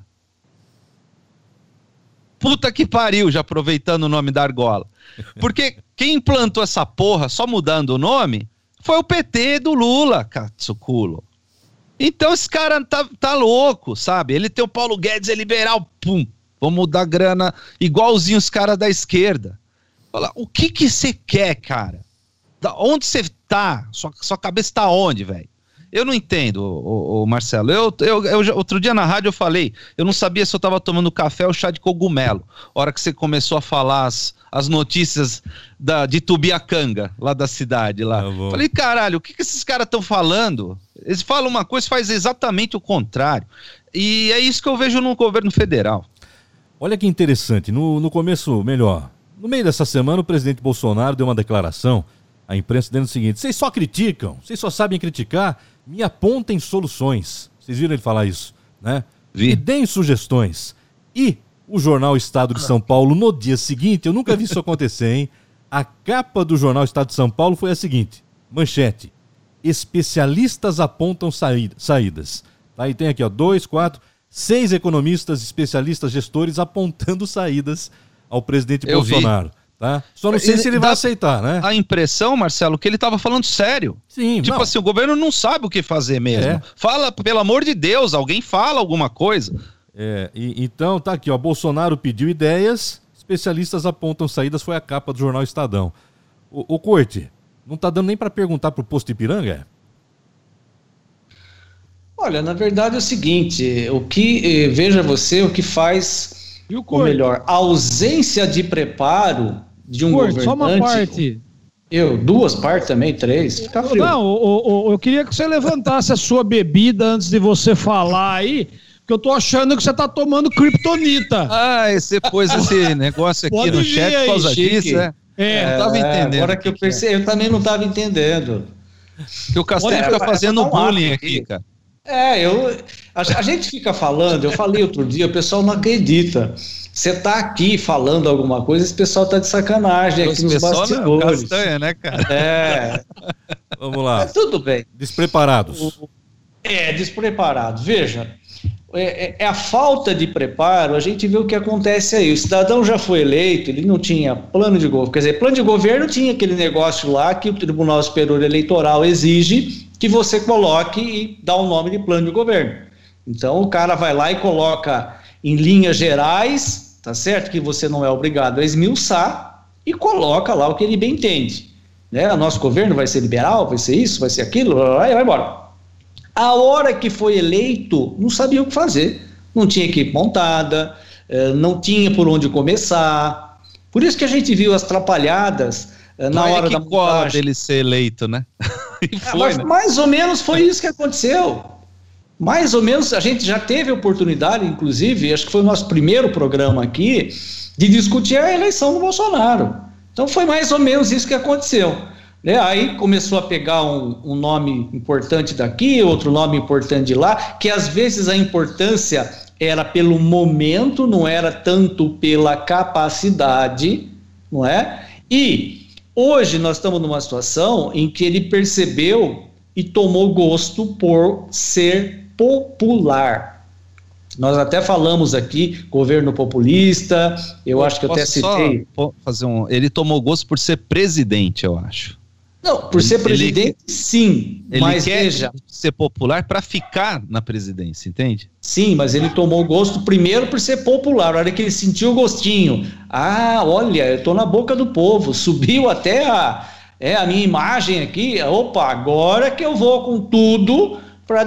Speaker 4: Puta que pariu, já aproveitando o nome da argola. Porque quem implantou essa porra, só mudando o nome, foi o PT do Lula, Katsukulo. Então esse cara tá louco, sabe? Ele tem o Paulo Guedes, é liberal, pum, vamos dar grana igualzinho os caras da esquerda. Fala, o que você quer, cara? Onde você tá? Sua cabeça tá onde, velho? Eu não entendo, Marcelo. Outro dia na rádio eu falei, eu não sabia se eu tava tomando café ou chá de cogumelo. A hora que você começou a falar as notícias de Tubiacanga, lá da cidade. Lá. Falei, caralho, o que esses caras estão falando? Eles falam uma coisa e fazem exatamente o contrário. E é isso que eu vejo no governo federal.
Speaker 2: Olha que interessante, no começo, melhor, no meio dessa semana o presidente Bolsonaro deu uma declaração à imprensa dizendo o seguinte: vocês só criticam, vocês só sabem criticar, me apontem soluções. Vocês viram ele falar isso, né?
Speaker 4: Vi.
Speaker 2: Me deem sugestões. E o jornal Estado de São Paulo, no dia seguinte, eu nunca vi isso acontecer, hein? A capa do jornal Estado de São Paulo foi a seguinte, manchete: especialistas apontam saídas. Aí tem aqui, ó, 2, 4, 6 economistas, especialistas, gestores apontando saídas ao presidente Bolsonaro. Tá? Só não sei se ele vai aceitar, né?
Speaker 4: A impressão, Marcelo, que ele estava falando sério.
Speaker 2: Sim,
Speaker 4: tipo assim, o governo não sabe o que fazer mesmo. Fala, pelo amor de Deus, alguém fala alguma coisa.
Speaker 2: Então, tá aqui, ó. Bolsonaro pediu ideias, especialistas apontam saídas, foi a capa do jornal Estadão. O Corte, não tá dando nem para perguntar pro posto Ipiranga?
Speaker 5: Olha, na verdade é o seguinte, veja você, o que faz, ou melhor, a ausência de preparo de um governante...
Speaker 3: Só uma parte...
Speaker 5: Duas partes também, 3, fica frio.
Speaker 3: Não, eu queria que você levantasse a sua bebida antes de você falar aí, porque eu tô achando que você tá tomando kryptonita.
Speaker 4: Você pôs esse negócio aqui no chat por causa disso, não tava entendendo.
Speaker 5: Agora que eu percebi, eu também não tava entendendo.
Speaker 4: Que o Castanho fica fazendo bullying aqui, cara.
Speaker 5: A gente fica falando, eu falei outro dia, o pessoal não acredita. Você tá aqui falando alguma coisa, esse pessoal tá de sacanagem aqui nos bastidores.
Speaker 4: Castanha, né, cara?
Speaker 2: Vamos lá.
Speaker 5: Mas tudo bem.
Speaker 2: Despreparados.
Speaker 5: Despreparados. Veja, a falta de preparo, a gente vê o que acontece aí. O cidadão já foi eleito, ele não tinha plano de governo. Quer dizer, plano de governo tinha aquele negócio lá que o Tribunal Superior Eleitoral exige que você coloque e dá o nome de plano de governo. Então o cara vai lá e coloca em linhas gerais, tá certo? Que você não é obrigado a esmiuçar e coloca lá o que ele bem entende. Né? O nosso governo vai ser liberal, vai ser isso, vai ser aquilo, e vai embora. A hora que foi eleito, não sabia o que fazer. Não tinha equipe montada, não tinha por onde começar. Por isso que a gente viu as atrapalhadas na hora da
Speaker 4: montagem dele ser eleito, né?
Speaker 5: Mas mais ou menos foi isso que aconteceu. Mais ou menos, a gente já teve oportunidade, inclusive, acho que foi o nosso primeiro programa aqui, de discutir a eleição do Bolsonaro. Então foi mais ou menos isso que aconteceu. Aí começou a pegar um nome importante daqui, outro nome importante de lá, que às vezes a importância era pelo momento, não era tanto pela capacidade, não é? E hoje nós estamos numa situação em que ele percebeu e tomou gosto por ser popular. Nós até falamos aqui, governo populista, eu acho que eu até citei...
Speaker 4: Ele tomou gosto por ser presidente, eu acho.
Speaker 5: Não, por ser presidente, sim.
Speaker 4: Ele quer ser popular para ficar na presidência, entende?
Speaker 5: Sim, mas ele tomou gosto primeiro por ser popular. A hora que ele sentiu o gostinho. Olha, eu tô na boca do povo. Subiu até a minha imagem aqui. Opa, agora que eu vou com tudo para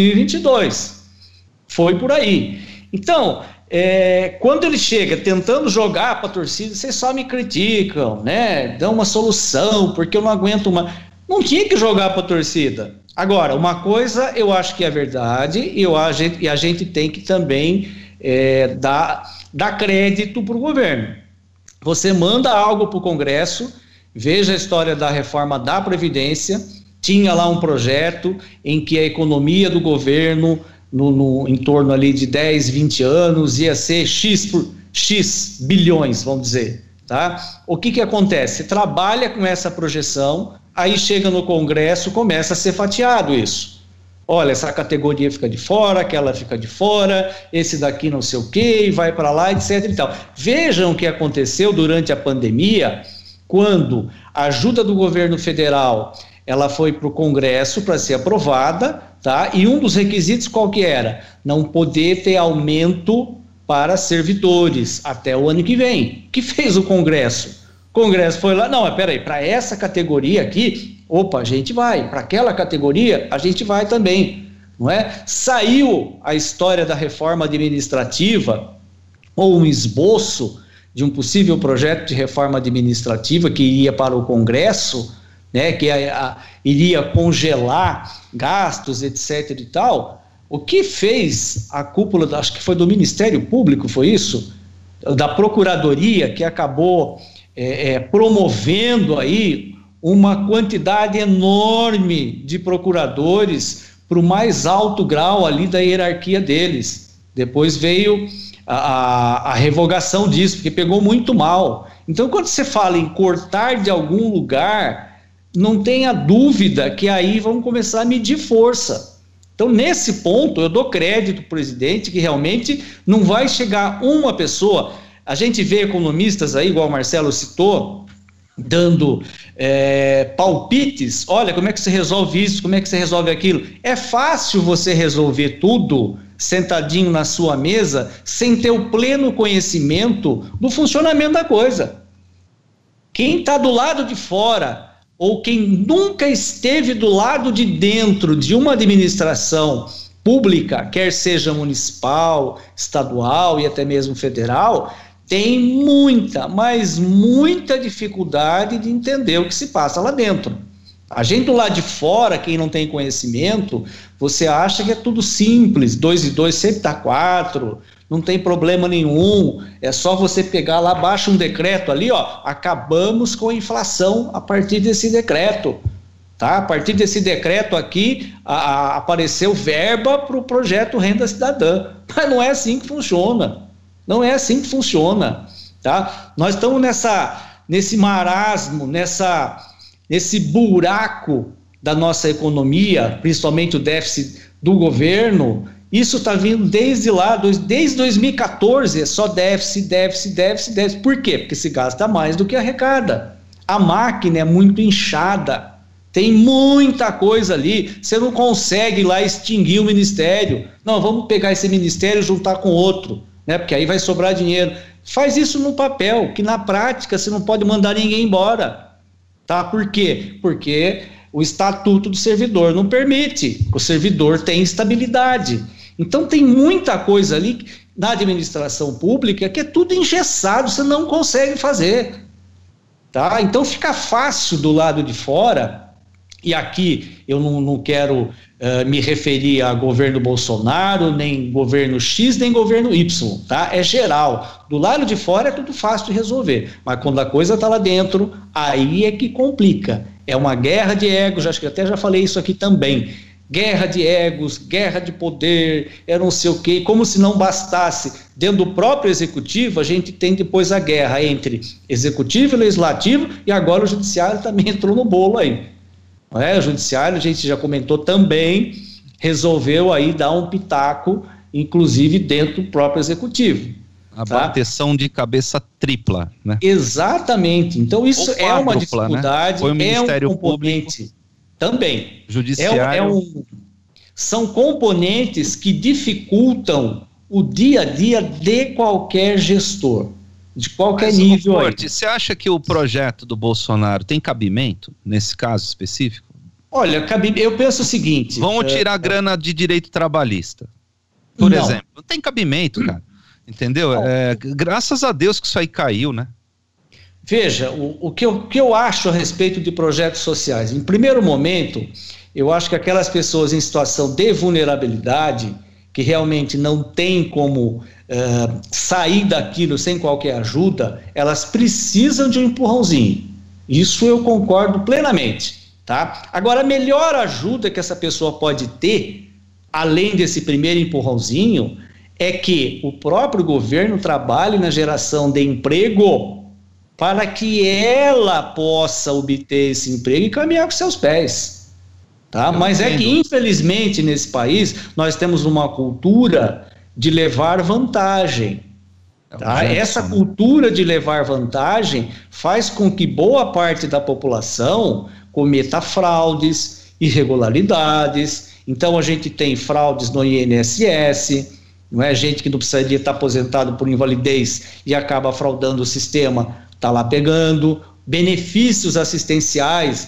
Speaker 5: 2022. Foi por aí. Então... quando ele chega tentando jogar para a torcida, vocês só me criticam, né? Dão uma solução, porque eu não aguento mais. Não tinha que jogar para a torcida. Agora, uma coisa eu acho que é verdade, e a gente tem que também dar crédito para o governo. Você manda algo para o Congresso, veja a história da reforma da Previdência, tinha lá um projeto em que a economia do governo... em torno ali de 10, 20 anos, ia ser X bilhões, vamos dizer, tá? O que acontece? Você trabalha com essa projeção, aí chega no Congresso, começa a ser fatiado isso. Olha, essa categoria fica de fora, aquela fica de fora, esse daqui não sei o quê, e vai para lá, etc e tal. Vejam o que aconteceu durante a pandemia, quando a ajuda do governo federal, ela foi para o Congresso para ser aprovada, tá? E um dos requisitos qual que era? Não poder ter aumento para servidores até o ano que vem. O que fez o Congresso? O Congresso foi lá, não, mas peraí, para essa categoria aqui, a gente vai, para aquela categoria, a gente vai também, não é? Saiu a história da reforma administrativa, ou um esboço de um possível projeto de reforma administrativa que iria para o Congresso, né, que iria congelar gastos, etc. e tal. O que fez a cúpula, acho que foi do Ministério Público, foi isso? Da Procuradoria, que acabou promovendo aí uma quantidade enorme de procuradores para o mais alto grau ali da hierarquia deles. Depois veio a revogação disso, porque pegou muito mal. Então, quando você fala em cortar de algum lugar... não tenha dúvida que aí vão começar a medir força. Então, nesse ponto, eu dou crédito ao presidente que realmente não vai chegar uma pessoa. A gente vê economistas aí, igual o Marcelo citou, dando palpites. Olha, como é que você resolve isso? Como é que você resolve aquilo? É fácil você resolver tudo sentadinho na sua mesa, sem ter o pleno conhecimento do funcionamento da coisa. Quem está do lado de fora, ou quem nunca esteve do lado de dentro de uma administração pública, quer seja municipal, estadual e até mesmo federal, tem muita, mas muita dificuldade de entender o que se passa lá dentro. A gente do lado de fora, quem não tem conhecimento, você acha que é tudo simples, 2 e 2 sempre dá 4, não tem problema nenhum, é só você pegar lá, baixa um decreto ali, ó, acabamos com a inflação a partir desse decreto, tá? A partir desse decreto aqui, apareceu verba para o projeto Renda Cidadã, mas não é assim que funciona, não é assim que funciona, tá? Nós estamos nesse marasmo, nesse buraco da nossa economia, principalmente o déficit do governo. Isso está vindo desde 2014, é só déficit. Por quê? Porque se gasta mais do que arrecada. A máquina é muito inchada, tem muita coisa ali, você não consegue lá extinguir o ministério. Não, vamos pegar esse ministério e juntar com outro, né? Porque aí vai sobrar dinheiro. Faz isso no papel, que na prática você não pode mandar ninguém embora. Tá? Por quê? Porque o estatuto do servidor não permite, o servidor tem estabilidade. Então tem muita coisa ali na administração pública que é tudo engessado, você não consegue fazer. Tá? Então fica fácil do lado de fora, e aqui eu não quero me referir a governo Bolsonaro, nem governo X, nem governo Y, tá? É geral. Do lado de fora é tudo fácil de resolver, mas quando a coisa está lá dentro, aí é que complica. É uma guerra de egos, acho que até já falei isso aqui também. Guerra de egos, guerra de poder, não sei o quê, como se não bastasse. Dentro do próprio executivo, a gente tem depois a guerra entre executivo e legislativo, e agora o judiciário também entrou no bolo aí. O judiciário, a gente já comentou também, resolveu aí dar um pitaco, inclusive dentro do próprio executivo.
Speaker 4: A bateção de cabeça tripla, né?
Speaker 5: Exatamente. Então isso é uma dificuldade,
Speaker 4: né? Foi o Ministério
Speaker 5: um componente
Speaker 4: Público,
Speaker 5: também.
Speaker 4: Judiciário.
Speaker 5: São componentes que dificultam o dia a dia de qualquer gestor, de qualquer nível.
Speaker 4: Você acha que o projeto do Bolsonaro tem cabimento nesse caso específico?
Speaker 5: Olha, eu penso o seguinte...
Speaker 4: Vamos tirar a grana de direito trabalhista, por exemplo. Não tem cabimento, cara. Entendeu? Graças a Deus que isso aí caiu, né?
Speaker 5: Veja, o que eu acho a respeito de projetos sociais. Em primeiro momento, eu acho que aquelas pessoas em situação de vulnerabilidade, que realmente não tem como sair daquilo sem qualquer ajuda, elas precisam de um empurrãozinho. Isso eu concordo plenamente. Tá? Agora, a melhor ajuda que essa pessoa pode ter, além desse primeiro empurrãozinho, é que o próprio governo trabalhe na geração de emprego para que ela possa obter esse emprego e caminhar com seus pés. Tá? Mas é que, infelizmente, nesse país, nós temos uma cultura de levar vantagem. Tá? Essa cultura de levar vantagem faz com que boa parte da população cometa fraudes, irregularidades. Então a gente tem fraudes no INSS, não é? Gente que não precisaria estar aposentado por invalidez e acaba fraudando o sistema, está lá pegando. Benefícios assistenciais,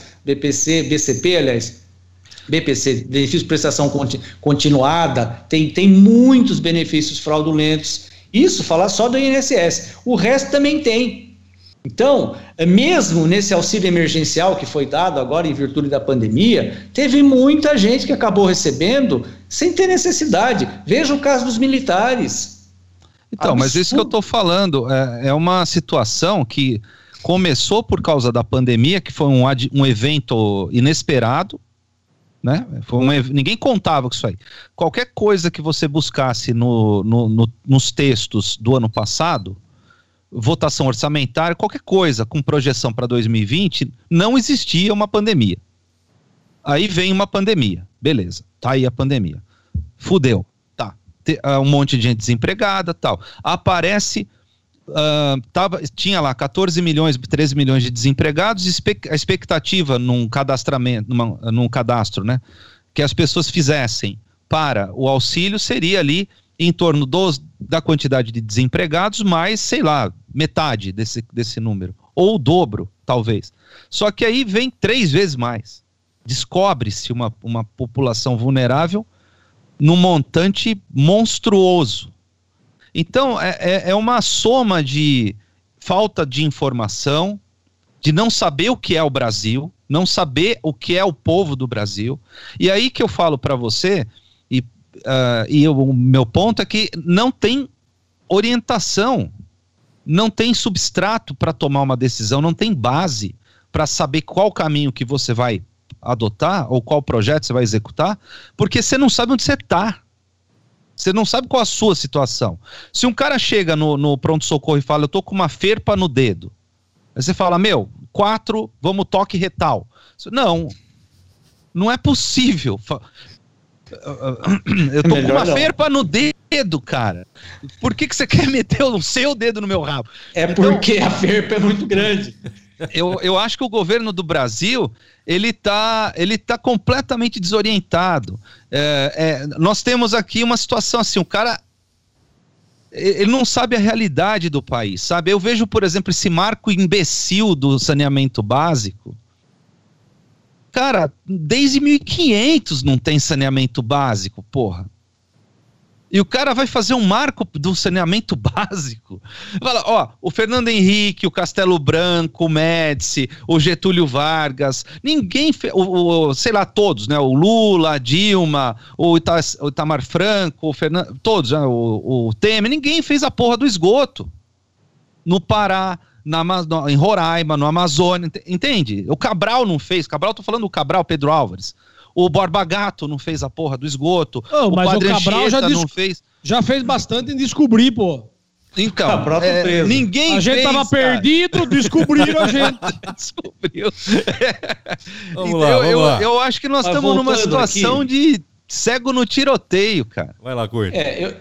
Speaker 5: BPC, benefício de prestação continuada, tem muitos benefícios fraudulentos. Isso, falar só do INSS. O resto também tem. Então, mesmo nesse auxílio emergencial que foi dado agora em virtude da pandemia, teve muita gente que acabou recebendo sem ter necessidade. Veja o caso dos militares.
Speaker 4: Então, mas isso que eu estou falando é uma situação que começou por causa da pandemia, que foi um evento inesperado, né? Ninguém contava com isso aí. Qualquer coisa que você buscasse nos textos do ano passado, votação orçamentária, qualquer coisa com projeção para 2020, não existia uma pandemia. Aí vem uma pandemia, beleza, tá aí a pandemia. Fudeu, tá. Um monte de gente desempregada, tal. Aparece, tinha lá 14 milhões, 13 milhões de desempregados, a expectativa num cadastramento, num cadastro, né, que as pessoas fizessem para o auxílio seria ali em torno da quantidade de desempregados, mais, sei lá, metade desse número, ou o dobro, talvez. Só que aí vem 3 vezes mais. Descobre-se uma população vulnerável num montante monstruoso. Então, é uma soma de falta de informação, de não saber o que é o Brasil, não saber o que é o povo do Brasil. E aí que eu falo para você, o meu ponto é que não tem orientação, não tem substrato para tomar uma decisão, não tem base para saber qual caminho que você vai adotar ou qual projeto você vai executar, porque você não sabe onde você está. Você não sabe qual a sua situação. Se um cara chega no pronto-socorro e fala, eu tô com uma ferpa no dedo, aí você fala, 4, vamos toque retal. Não é possível. Eu tô com uma ferpa no dedo, cara. Por que você quer meter o seu dedo no meu rabo?
Speaker 5: Porque a ferpa é muito grande.
Speaker 4: Eu acho que o governo do Brasil, ele tá completamente desorientado. Nós temos aqui uma situação assim, o cara, ele não sabe a realidade do país, sabe? Eu vejo, por exemplo, esse marco imbecil do saneamento básico. Cara, desde 1500 não tem saneamento básico, porra. E o cara vai fazer um marco do saneamento básico. Fala, o Fernando Henrique, o Castelo Branco, o Médici, o Getúlio Vargas, ninguém fez, sei lá, todos, né? O Lula, a Dilma, o Itamar Franco, o Fernando, todos, né? O Temer, ninguém fez a porra do esgoto. No Pará, em Roraima, no Amazônia, entende? O Cabral não fez, tô falando do Cabral, Pedro Álvares. O Borba Gato não fez a porra do esgoto.
Speaker 3: Mas
Speaker 4: Padre
Speaker 3: o Cabral
Speaker 4: Anchieta não fez.
Speaker 3: Já fez bastante em descobrir, pô.
Speaker 4: Então, ninguém
Speaker 3: a gente
Speaker 4: fez,
Speaker 3: tava perdido, descobriram a gente.
Speaker 4: Descobriu.
Speaker 2: Vamos lá.
Speaker 4: Eu acho que nós estamos numa situação aqui de cego no tiroteio, cara.
Speaker 2: Vai lá, Curto.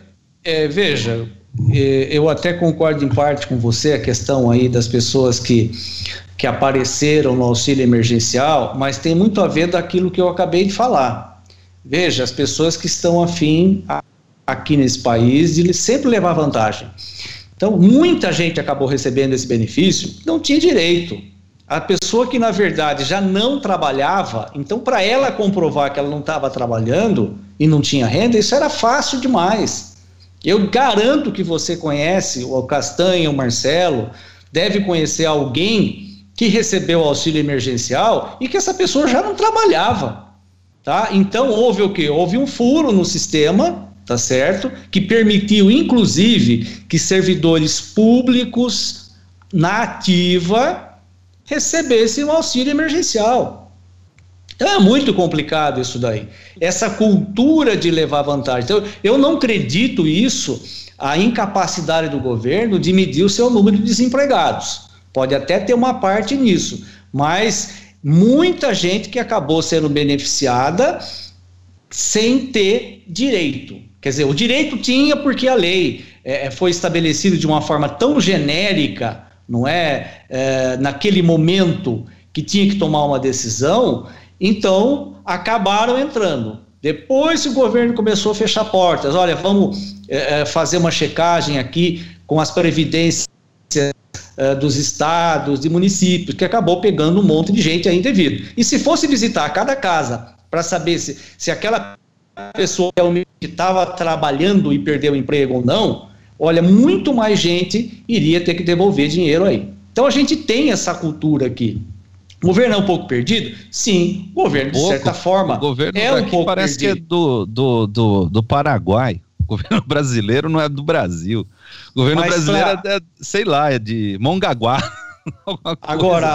Speaker 5: Veja, eu até concordo em parte com você, a questão aí das pessoas que apareceram no auxílio emergencial, mas tem muito a ver daquilo que eu acabei de falar. Veja, as pessoas que estão afim aqui nesse país de sempre levar vantagem. Então, muita gente acabou recebendo esse benefício, não tinha direito. A pessoa que, na verdade, já não trabalhava, então, para ela comprovar que ela não estava trabalhando e não tinha renda, isso era fácil demais. Eu garanto que você conhece o Castanha, o Marcelo, deve conhecer alguém que recebeu auxílio emergencial e que essa pessoa já não trabalhava, tá? Então houve o quê? Houve um furo no sistema, tá certo? Que permitiu, inclusive, que servidores públicos na ativa recebessem o auxílio emergencial. Então é muito complicado isso daí. Essa cultura de levar vantagem. Então eu não acredito isso, a incapacidade do governo de medir o seu número de desempregados. Pode até ter uma parte nisso, mas muita gente que acabou sendo beneficiada sem ter direito. Quer dizer, o direito tinha porque a lei foi estabelecida de uma forma tão genérica, não naquele momento que tinha que tomar uma decisão, então acabaram entrando. Depois o governo começou a fechar portas. Olha, vamos fazer uma checagem aqui com as previdências dos estados, de municípios, que acabou pegando um monte de gente aí indevido. E se fosse visitar cada casa para saber se aquela pessoa realmente estava trabalhando e perdeu o emprego ou não, olha, muito mais gente iria ter que devolver dinheiro aí. Então a gente tem essa cultura aqui. O governo é um pouco perdido? Sim, o governo, de certa forma,
Speaker 4: o governo
Speaker 5: é um pouco
Speaker 4: parece
Speaker 5: perdido.
Speaker 4: Que é do Paraguai. O governo brasileiro não é do Brasil. O governo brasileiro sei lá, é de Mongaguá.
Speaker 5: Agora,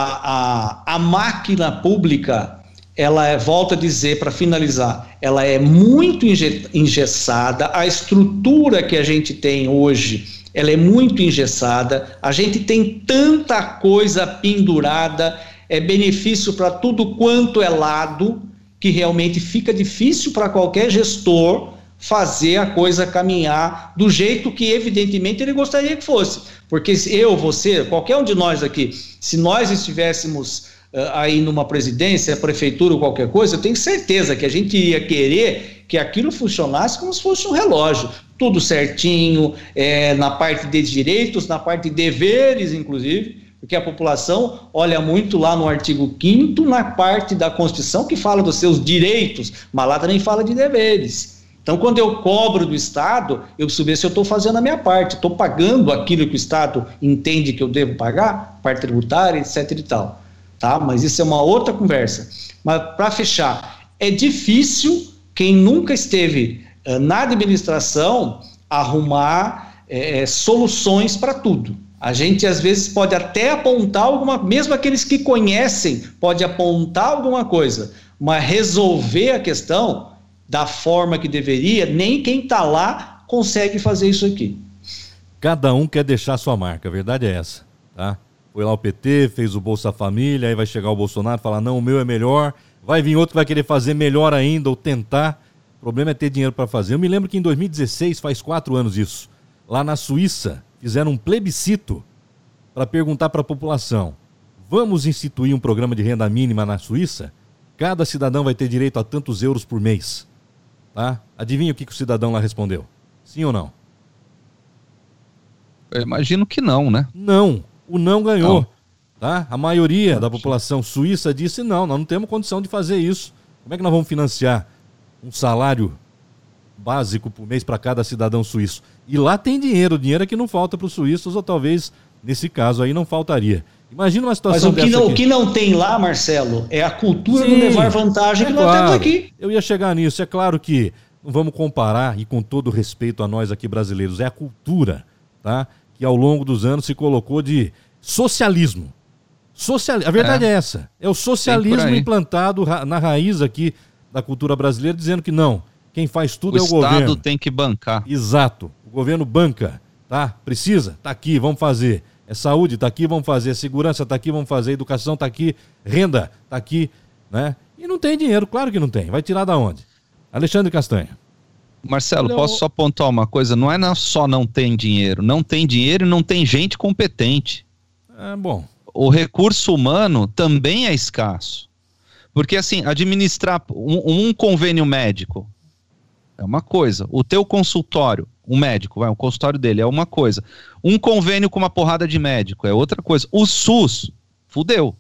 Speaker 5: a máquina pública, ela volto a dizer, para finalizar, ela é muito engessada, a estrutura que a gente tem hoje, ela é muito engessada, a gente tem tanta coisa pendurada, é benefício para tudo quanto é lado, que realmente fica difícil para qualquer gestor fazer a coisa caminhar do jeito que, evidentemente, ele gostaria que fosse. Porque eu, você, qualquer um de nós aqui, se nós estivéssemos aí numa presidência, prefeitura ou qualquer coisa, eu tenho certeza que a gente iria querer que aquilo funcionasse como se fosse um relógio, tudo certinho, na parte de direitos, na parte de deveres, inclusive, porque a população olha muito lá no artigo 5º, na parte da Constituição que fala dos seus direitos, mas lá também fala de deveres. Então, quando eu cobro do Estado, eu preciso ver se eu estou fazendo a minha parte, estou pagando aquilo que o Estado entende que eu devo pagar, parte tributária, etc. e tal. Tá? Mas isso é uma outra conversa. Mas, para fechar, é difícil quem nunca esteve na administração arrumar soluções para tudo. A gente, às vezes, pode até apontar mesmo aqueles que conhecem, pode apontar alguma coisa, mas resolver a questão da forma que deveria, nem quem está lá consegue fazer isso aqui.
Speaker 2: Cada um quer deixar sua marca, a verdade é essa, tá? Foi lá o PT, fez o Bolsa Família, aí vai chegar o Bolsonaro e falar, não, o meu é melhor, vai vir outro que vai querer fazer melhor ainda, ou tentar. O problema é ter dinheiro para fazer. Eu me lembro que em 2016, faz 4 anos isso, lá na Suíça, fizeram um plebiscito para perguntar para a população, vamos instituir um programa de renda mínima na Suíça? Cada cidadão vai ter direito a tantos euros por mês. Tá? Adivinha o que o cidadão lá respondeu? Sim ou não?
Speaker 4: Eu imagino que não, né?
Speaker 2: Não, o não ganhou. Não. Tá? A maioria da população suíça disse não, nós não temos condição de fazer isso. Como é que nós vamos financiar um salário básico por mês para cada cidadão suíço? E lá tem dinheiro é que não falta para os suíços, ou talvez, nesse caso aí, não faltaria. Imagina uma situação
Speaker 5: dessa. Mas o que não tem lá, Marcelo, é a cultura de levar vantagem que nós temos aqui.
Speaker 2: Eu ia chegar nisso. É claro que não vamos comparar, e com todo respeito a nós aqui brasileiros, é a cultura, tá? Que ao longo dos anos se colocou de socialismo. A verdade é essa. É o socialismo implantado na raiz aqui da cultura brasileira, dizendo que não, quem faz tudo é o governo. O
Speaker 4: Estado tem que bancar.
Speaker 2: Exato. O governo banca, tá? Precisa? Tá aqui, vamos fazer. É saúde, tá aqui, vamos fazer. Segurança, tá aqui, vamos fazer. Educação, tá aqui. Renda, tá aqui, né? E não tem dinheiro, claro que não tem. Vai tirar da onde? Alexandre Castanha.
Speaker 4: Marcelo, posso só pontuar uma coisa? Não é só não tem dinheiro. Não tem dinheiro e não tem gente competente.
Speaker 2: Bom.
Speaker 4: O recurso humano também é escasso. Porque, assim, administrar um convênio médico é uma coisa. O teu consultório, um médico, o consultório dele é uma coisa. Um convênio com uma porrada de médico é outra coisa. O SUS, fudeu.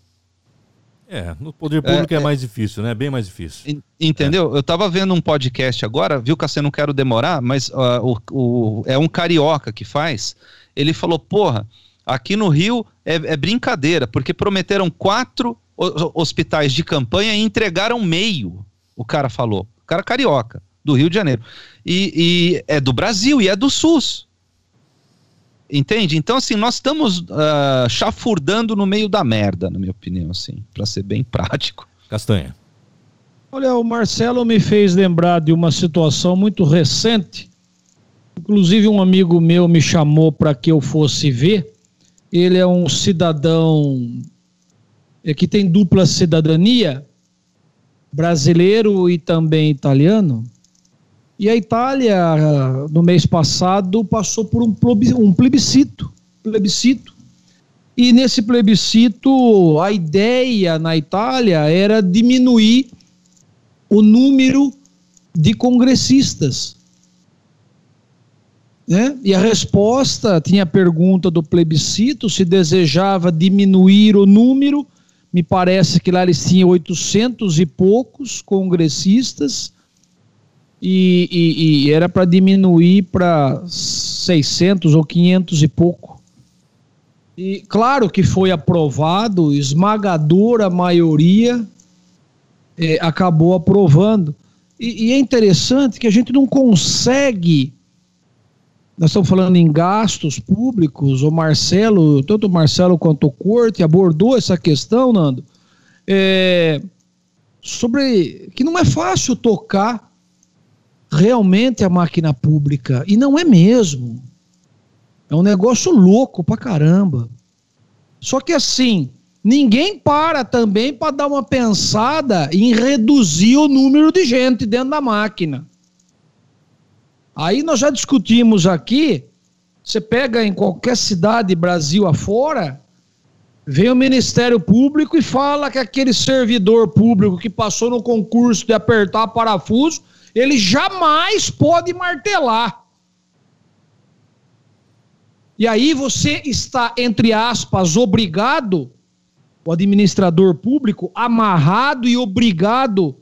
Speaker 2: No poder público é mais difícil, né? Bem mais difícil.
Speaker 4: Entendeu? Eu tava vendo um podcast agora, viu, Cassiano, não quero demorar, mas é um carioca que faz. Ele falou, porra, aqui no Rio é brincadeira, porque prometeram 4 hospitais de campanha e entregaram meio, o cara falou. O cara carioca, do Rio de Janeiro. E é do Brasil e é do SUS. Entende? Então, assim, nós estamos chafurdando no meio da merda, na minha opinião, assim, para ser bem prático.
Speaker 2: Castanha.
Speaker 3: Olha, o Marcelo me fez lembrar de uma situação muito recente. Inclusive, um amigo meu me chamou para que eu fosse ver. Ele é um cidadão que tem dupla cidadania, brasileiro e também italiano. E a Itália, no mês passado, passou por um plebiscito. E nesse plebiscito, a ideia na Itália era diminuir o número de congressistas. Né? E a resposta, tinha a pergunta do plebiscito, se desejava diminuir o número, me parece que lá eles tinham 800 e poucos congressistas, e era para diminuir para 600 ou 500 e pouco. E claro que foi aprovado, esmagadora maioria acabou aprovando. E é interessante que a gente não consegue, nós estamos falando em gastos públicos, o Marcelo, tanto o Marcelo quanto o Corte abordou essa questão, Nando, sobre que não é fácil tocar realmente a máquina pública, e não é mesmo. É um negócio louco pra caramba. Só que assim, ninguém para também para dar uma pensada em reduzir o número de gente dentro da máquina. Aí nós já discutimos aqui, você pega em qualquer cidade Brasil afora, vem o Ministério Público e fala que aquele servidor público que passou no concurso de apertar parafuso, ele jamais pode martelar. E aí você está, entre aspas, obrigado, o administrador público, amarrado e obrigado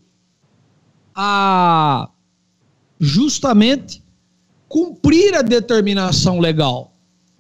Speaker 3: a justamente cumprir a determinação legal.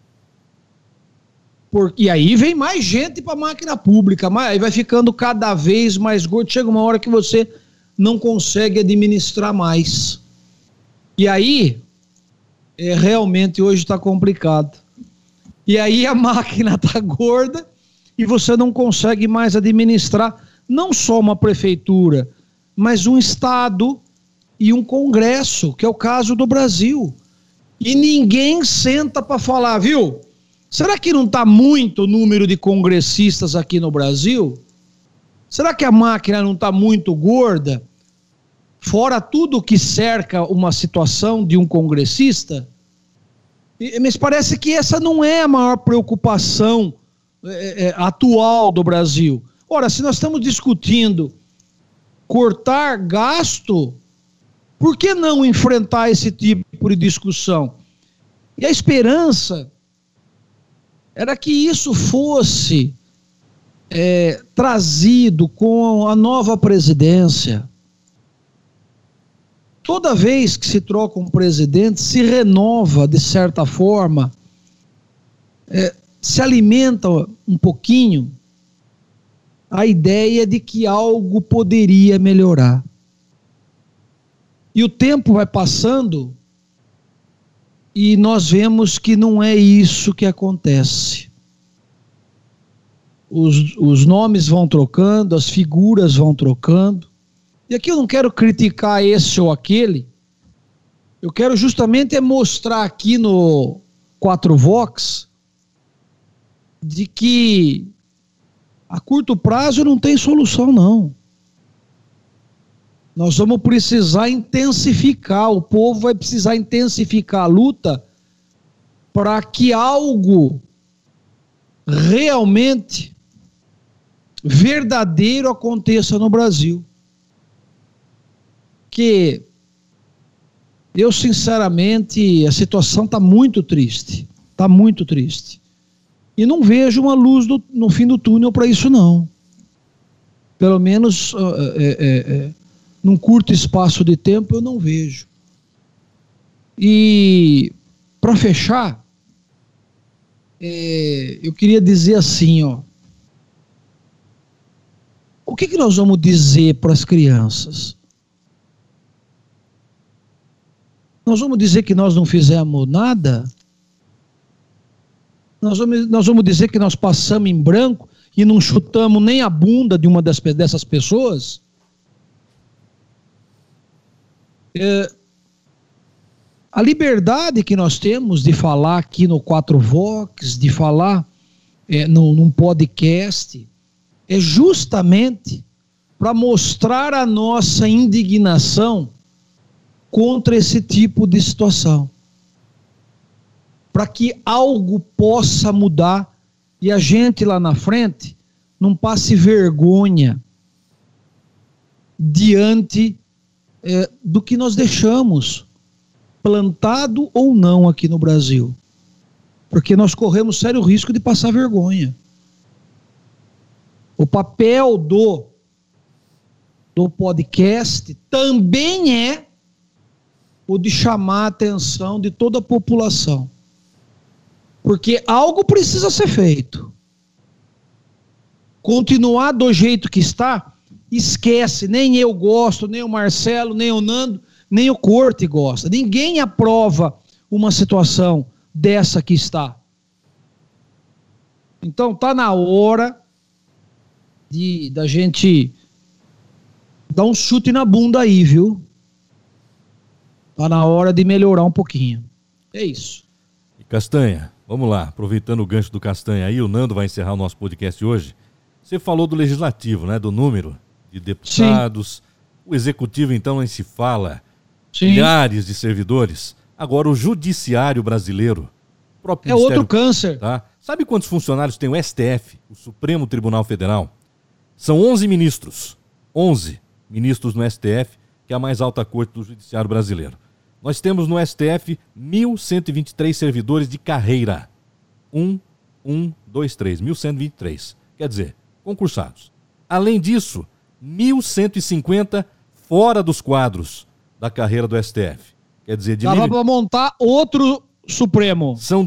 Speaker 3: E aí vem mais gente para a máquina pública, aí vai ficando cada vez mais gordo, chega uma hora que você não consegue administrar mais. E aí, realmente hoje está complicado. E aí a máquina está gorda e você não consegue mais administrar não só uma prefeitura, mas um estado e um congresso, que é o caso do Brasil. E ninguém senta para falar, viu? Será que não está muito o número de congressistas aqui no Brasil? Será que a máquina não está muito gorda? Fora tudo que cerca uma situação de um congressista? Mas parece que essa não é a maior preocupação atual do Brasil. Ora, se nós estamos discutindo cortar gasto, por que não enfrentar esse tipo de discussão? E a esperança era que isso fosse trazido com a nova presidência. Toda vez que se troca um presidente, se renova, de certa forma, se alimenta um pouquinho a ideia de que algo poderia melhorar. E o tempo vai passando e nós vemos que não é isso que acontece. Os nomes vão trocando, as figuras vão trocando. E aqui eu não quero criticar esse ou aquele, eu quero justamente mostrar aqui no 4Vox de que a curto prazo não tem solução não. Nós vamos precisar intensificar, o povo vai precisar intensificar a luta para que algo realmente verdadeiro aconteça no Brasil. Que eu sinceramente, a situação está muito triste, e não vejo uma luz no fim do túnel para isso não, pelo menos num curto espaço de tempo eu não vejo. E para fechar, eu queria dizer assim, o que nós vamos dizer para as crianças? Nós vamos dizer que nós não fizemos nada? Nós vamos dizer que nós passamos em branco e não chutamos nem a bunda de uma dessas pessoas? A liberdade que nós temos de falar aqui no 4Vox, de falar num podcast, é justamente para mostrar a nossa indignação contra esse tipo de situação, para que algo possa mudar e a gente lá na frente não passe vergonha diante do que nós deixamos, plantado ou não aqui no Brasil, porque nós corremos sério risco de passar vergonha. O papel do podcast também é o de chamar a atenção de toda a população, porque algo precisa ser feito. Continuar do jeito que está, esquece, nem eu gosto, nem o Marcelo, nem o Nando, nem o Corte gosta, ninguém aprova uma situação dessa que está. Então está na hora da gente dar um chute na bunda aí, viu? Está na hora de melhorar um pouquinho. É isso.
Speaker 2: E Castanha, vamos lá, aproveitando o gancho do Castanha aí, o Nando vai encerrar o nosso podcast hoje. Você falou do legislativo, né? Do número de deputados. Sim. O executivo, então, nem se fala. Sim. Milhares de servidores. Agora, o judiciário brasileiro. O próprio
Speaker 3: outro câncer.
Speaker 2: Tá? Sabe quantos funcionários tem o STF, o Supremo Tribunal Federal? São 11 ministros. 11 ministros no STF. que é a mais alta corte do judiciário brasileiro. Nós temos no STF 1.123 servidores de carreira. 1.123. Quer dizer, concursados. Além disso, 1.150 fora dos quadros da carreira do STF. Quer dizer,
Speaker 3: dava para montar outro Supremo.
Speaker 2: São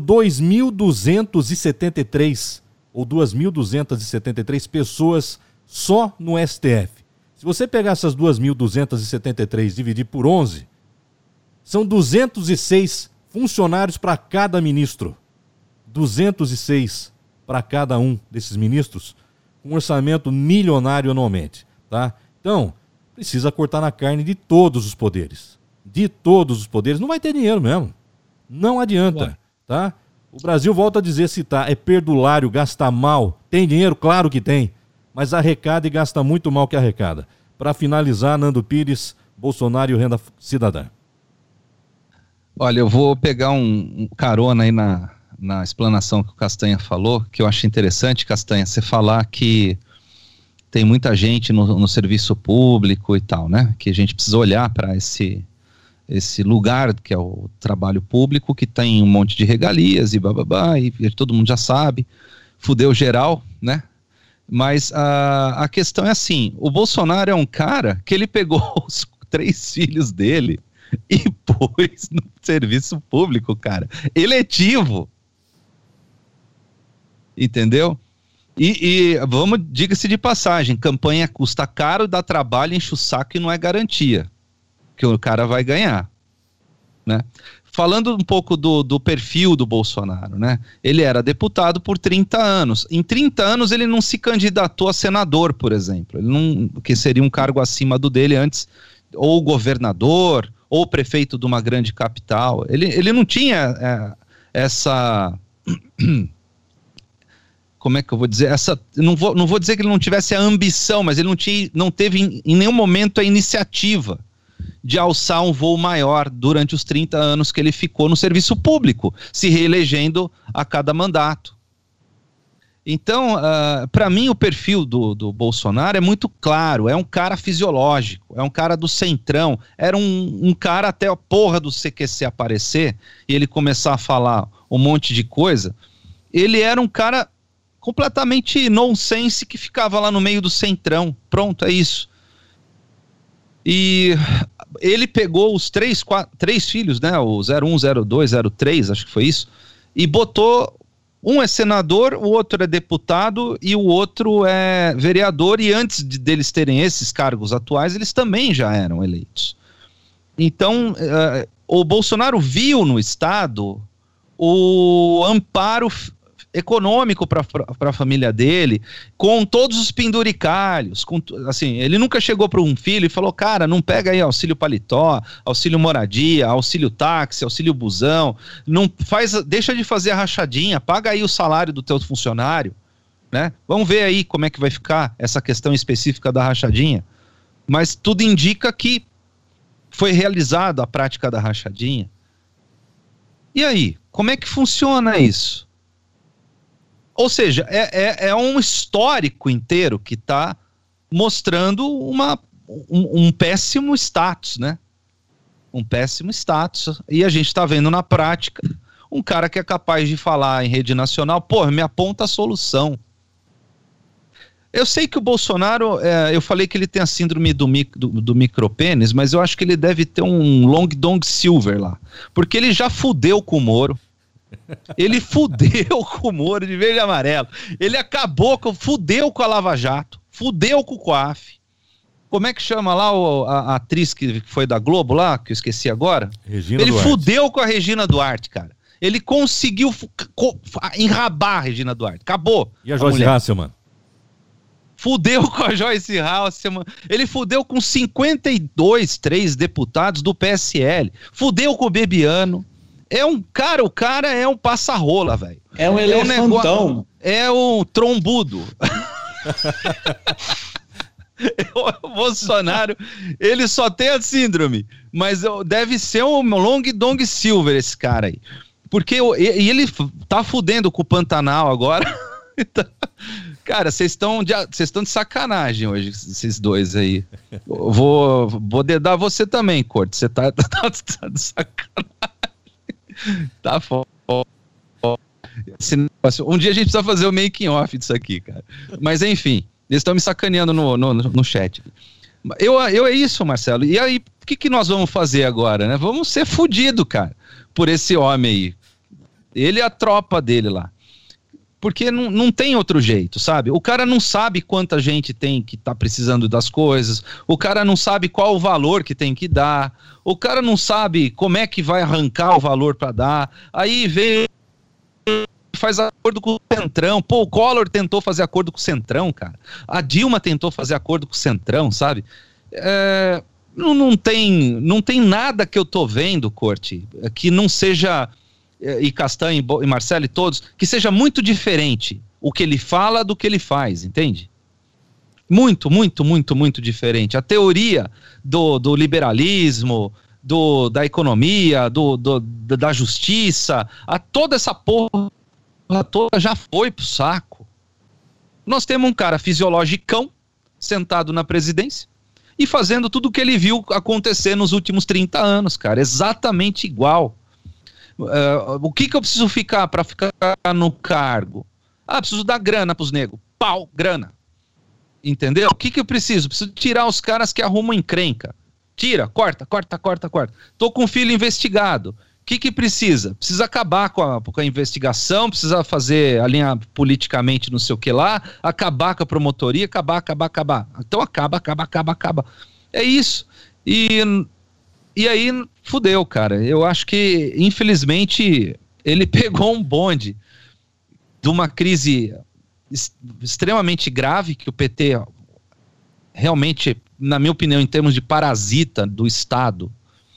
Speaker 2: 2.273 ou 2.273 pessoas só no STF. Se você pegar essas 2.273 e dividir por 11, são 206 funcionários para cada ministro. 206 para cada um desses ministros, com um orçamento milionário anualmente, tá? Então, precisa cortar na carne de todos os poderes. De todos os poderes. Não vai ter dinheiro mesmo. Não adianta, tá? O Brasil, volta a dizer, citar, é perdulário, gasta mal. Tem dinheiro? Claro que tem. Mas arrecada e gasta muito mal que arrecada. Para finalizar, Nando Pires, Bolsonaro e o Renda Cidadã.
Speaker 4: Olha, eu vou pegar um carona aí na explanação que o Castanha falou, que eu acho interessante, Castanha, você falar que tem muita gente no serviço público e tal, né? Que a gente precisa olhar para esse lugar que é o trabalho público, que tem um monte de regalias e bababá, e todo mundo já sabe, fudeu geral, né? Mas a questão é assim, o Bolsonaro é um cara que ele pegou os 3 filhos dele e pôs no serviço público, cara, eletivo. Entendeu? E vamos, diga-se de passagem, campanha custa caro, dá trabalho, enche o saco e não é garantia que o cara vai ganhar, né? Falando um pouco do perfil do Bolsonaro, né? Ele era deputado por 30 anos. Em 30 anos ele não se candidatou a senador, por exemplo. Ele não, que seria um cargo acima do dele antes, ou governador, ou prefeito de uma grande capital. Ele não tinha essa... Como é que eu vou dizer? Não vou dizer que ele não tivesse a ambição, mas ele não teve em nenhum momento a iniciativa de alçar um voo maior durante os 30 anos que ele ficou no serviço público, se reelegendo a cada mandato. Então, para mim, o perfil do Bolsonaro é muito claro, é um cara fisiológico, é um cara do centrão, era um cara até a porra do CQC aparecer e ele começar a falar um monte de coisa, ele era um cara completamente nonsense que ficava lá no meio do centrão, pronto, é isso. E ele pegou os três filhos, né, o 01, 02, 03, acho que foi isso, e botou, um é senador, o outro é deputado e o outro é vereador, e antes deles terem esses cargos atuais, eles também já eram eleitos. Então, o Bolsonaro viu no Estado o amparo econômico para a família dele, com todos os penduricalhos, assim, ele nunca chegou para um filho e falou, cara, não pega aí auxílio paletó, auxílio moradia, auxílio táxi, auxílio busão, não deixa de fazer a rachadinha, paga aí o salário do teu funcionário, né? Vamos ver aí como é que vai ficar essa questão específica da rachadinha, mas tudo indica que foi realizada a prática da rachadinha. E aí, como é que funciona isso? Ou seja, é um histórico inteiro que está mostrando um péssimo status, né? Um péssimo status. E a gente está vendo na prática um cara que é capaz de falar em rede nacional, pô, me aponta a solução. Eu sei que o Bolsonaro, eu falei que ele tem a síndrome do micropênis, mas eu acho que ele deve ter um long dong silver lá. Porque ele já fudeu com o Moro. Ele fudeu com o Moro de verde e amarelo. Ele fudeu com a Lava Jato, fudeu com o COAF. Como é que chama lá a atriz que foi da Globo lá, que eu esqueci agora? Ele fudeu com a Regina Duarte, cara. Ele conseguiu enrabar a Regina Duarte. Acabou.
Speaker 2: E a Joyce Hasselman?
Speaker 4: Fudeu com a Joyce Hasselman. Ele fudeu com 3 deputados do PSL. Fudeu com o Bebiano. O cara é um passa-rola, velho.
Speaker 5: É um elefantão.
Speaker 4: É um trombudo. O Bolsonaro, ele só tem a síndrome, mas deve ser um long dong silver esse cara aí. Porque ele tá fudendo com o Pantanal agora. Cara, vocês estão de sacanagem hoje, esses dois aí. Vou dedar você também, Corte. Você tá de sacanagem. Tá foda. Um dia a gente precisa fazer o making off disso aqui, cara. Mas enfim, eles estão me sacaneando no chat. É isso, Marcelo. E aí, o que nós vamos fazer agora, né? Vamos ser fudidos, cara, por esse homem aí. Ele e a tropa dele lá. Porque não tem outro jeito, sabe? O cara não sabe quanta gente tem que tá precisando das coisas, o cara não sabe qual o valor que tem que dar, o cara não sabe como é que vai arrancar o valor para dar, aí vem faz acordo com o Centrão. Pô, o Collor tentou fazer acordo com o Centrão, cara. A Dilma tentou fazer acordo com o Centrão, sabe? Não tem nada que eu tô vendo, Corte, que não seja... e Castanho, e Marcelo e todos, que seja muito diferente o que ele fala do que ele faz, entende? Muito, muito, muito, muito diferente. A teoria do liberalismo, da economia, da justiça, toda essa porra toda já foi pro saco. Nós temos um cara fisiologicão sentado na presidência e fazendo tudo o que ele viu acontecer nos últimos 30 anos, cara, exatamente igual. O que eu preciso ficar para ficar no cargo? Preciso dar grana pros negros. Pau, grana. Entendeu? O que eu preciso? Preciso tirar os caras que arrumam encrenca. Tira, corta. Tô com um filho investigado. O que precisa? Precisa acabar com a investigação, precisa fazer alinhar politicamente não sei o que lá, acabar com a promotoria, acabar. Então acaba. É isso. E aí, fudeu, cara. Eu acho que, infelizmente, ele pegou um bonde de uma crise extremamente grave, que o PT realmente, na minha opinião, em termos de parasita do Estado,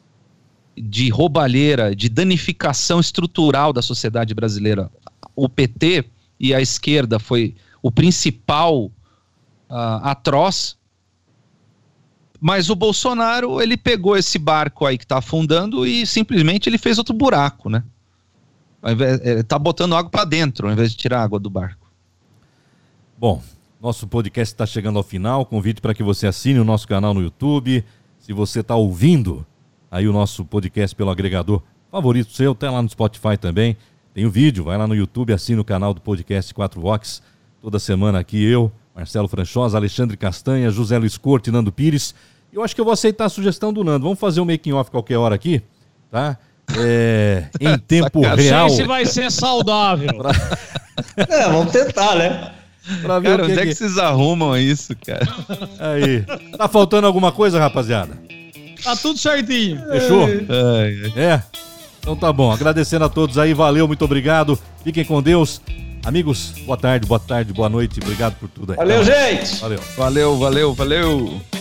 Speaker 4: de roubalheira, de danificação estrutural da sociedade brasileira, o PT e a esquerda foi o principal atroz. Mas o Bolsonaro, ele pegou esse barco aí que tá afundando e simplesmente ele fez outro buraco, né? Ele tá botando água para dentro, ao invés de tirar água do barco.
Speaker 2: Bom, nosso podcast está chegando ao final. Convite para que você assine o nosso canal no YouTube. Se você está ouvindo aí o nosso podcast pelo agregador favorito seu, tem lá no Spotify também. Tem o vídeo, vai lá no YouTube, assina o canal do podcast 4 Vox. Toda semana aqui eu, Marcelo Franchosa, Alexandre Castanha, José Luiz Corte, Nando Pires. Eu acho que eu vou aceitar a sugestão do Nando. Vamos fazer um making off qualquer hora aqui, tá? Em tempo real.
Speaker 3: Não sei se vai ser saudável.
Speaker 5: Vamos tentar, né?
Speaker 2: Pra ver
Speaker 4: cara, onde é que vocês arrumam isso, cara?
Speaker 2: Aí. Tá faltando alguma coisa, rapaziada?
Speaker 3: Tá tudo certinho.
Speaker 2: Fechou? Então tá bom. Agradecendo a todos aí. Valeu, muito obrigado. Fiquem com Deus. Amigos, boa tarde, boa noite. Obrigado por tudo aí.
Speaker 5: Valeu, gente.
Speaker 2: Valeu.
Speaker 4: Valeu.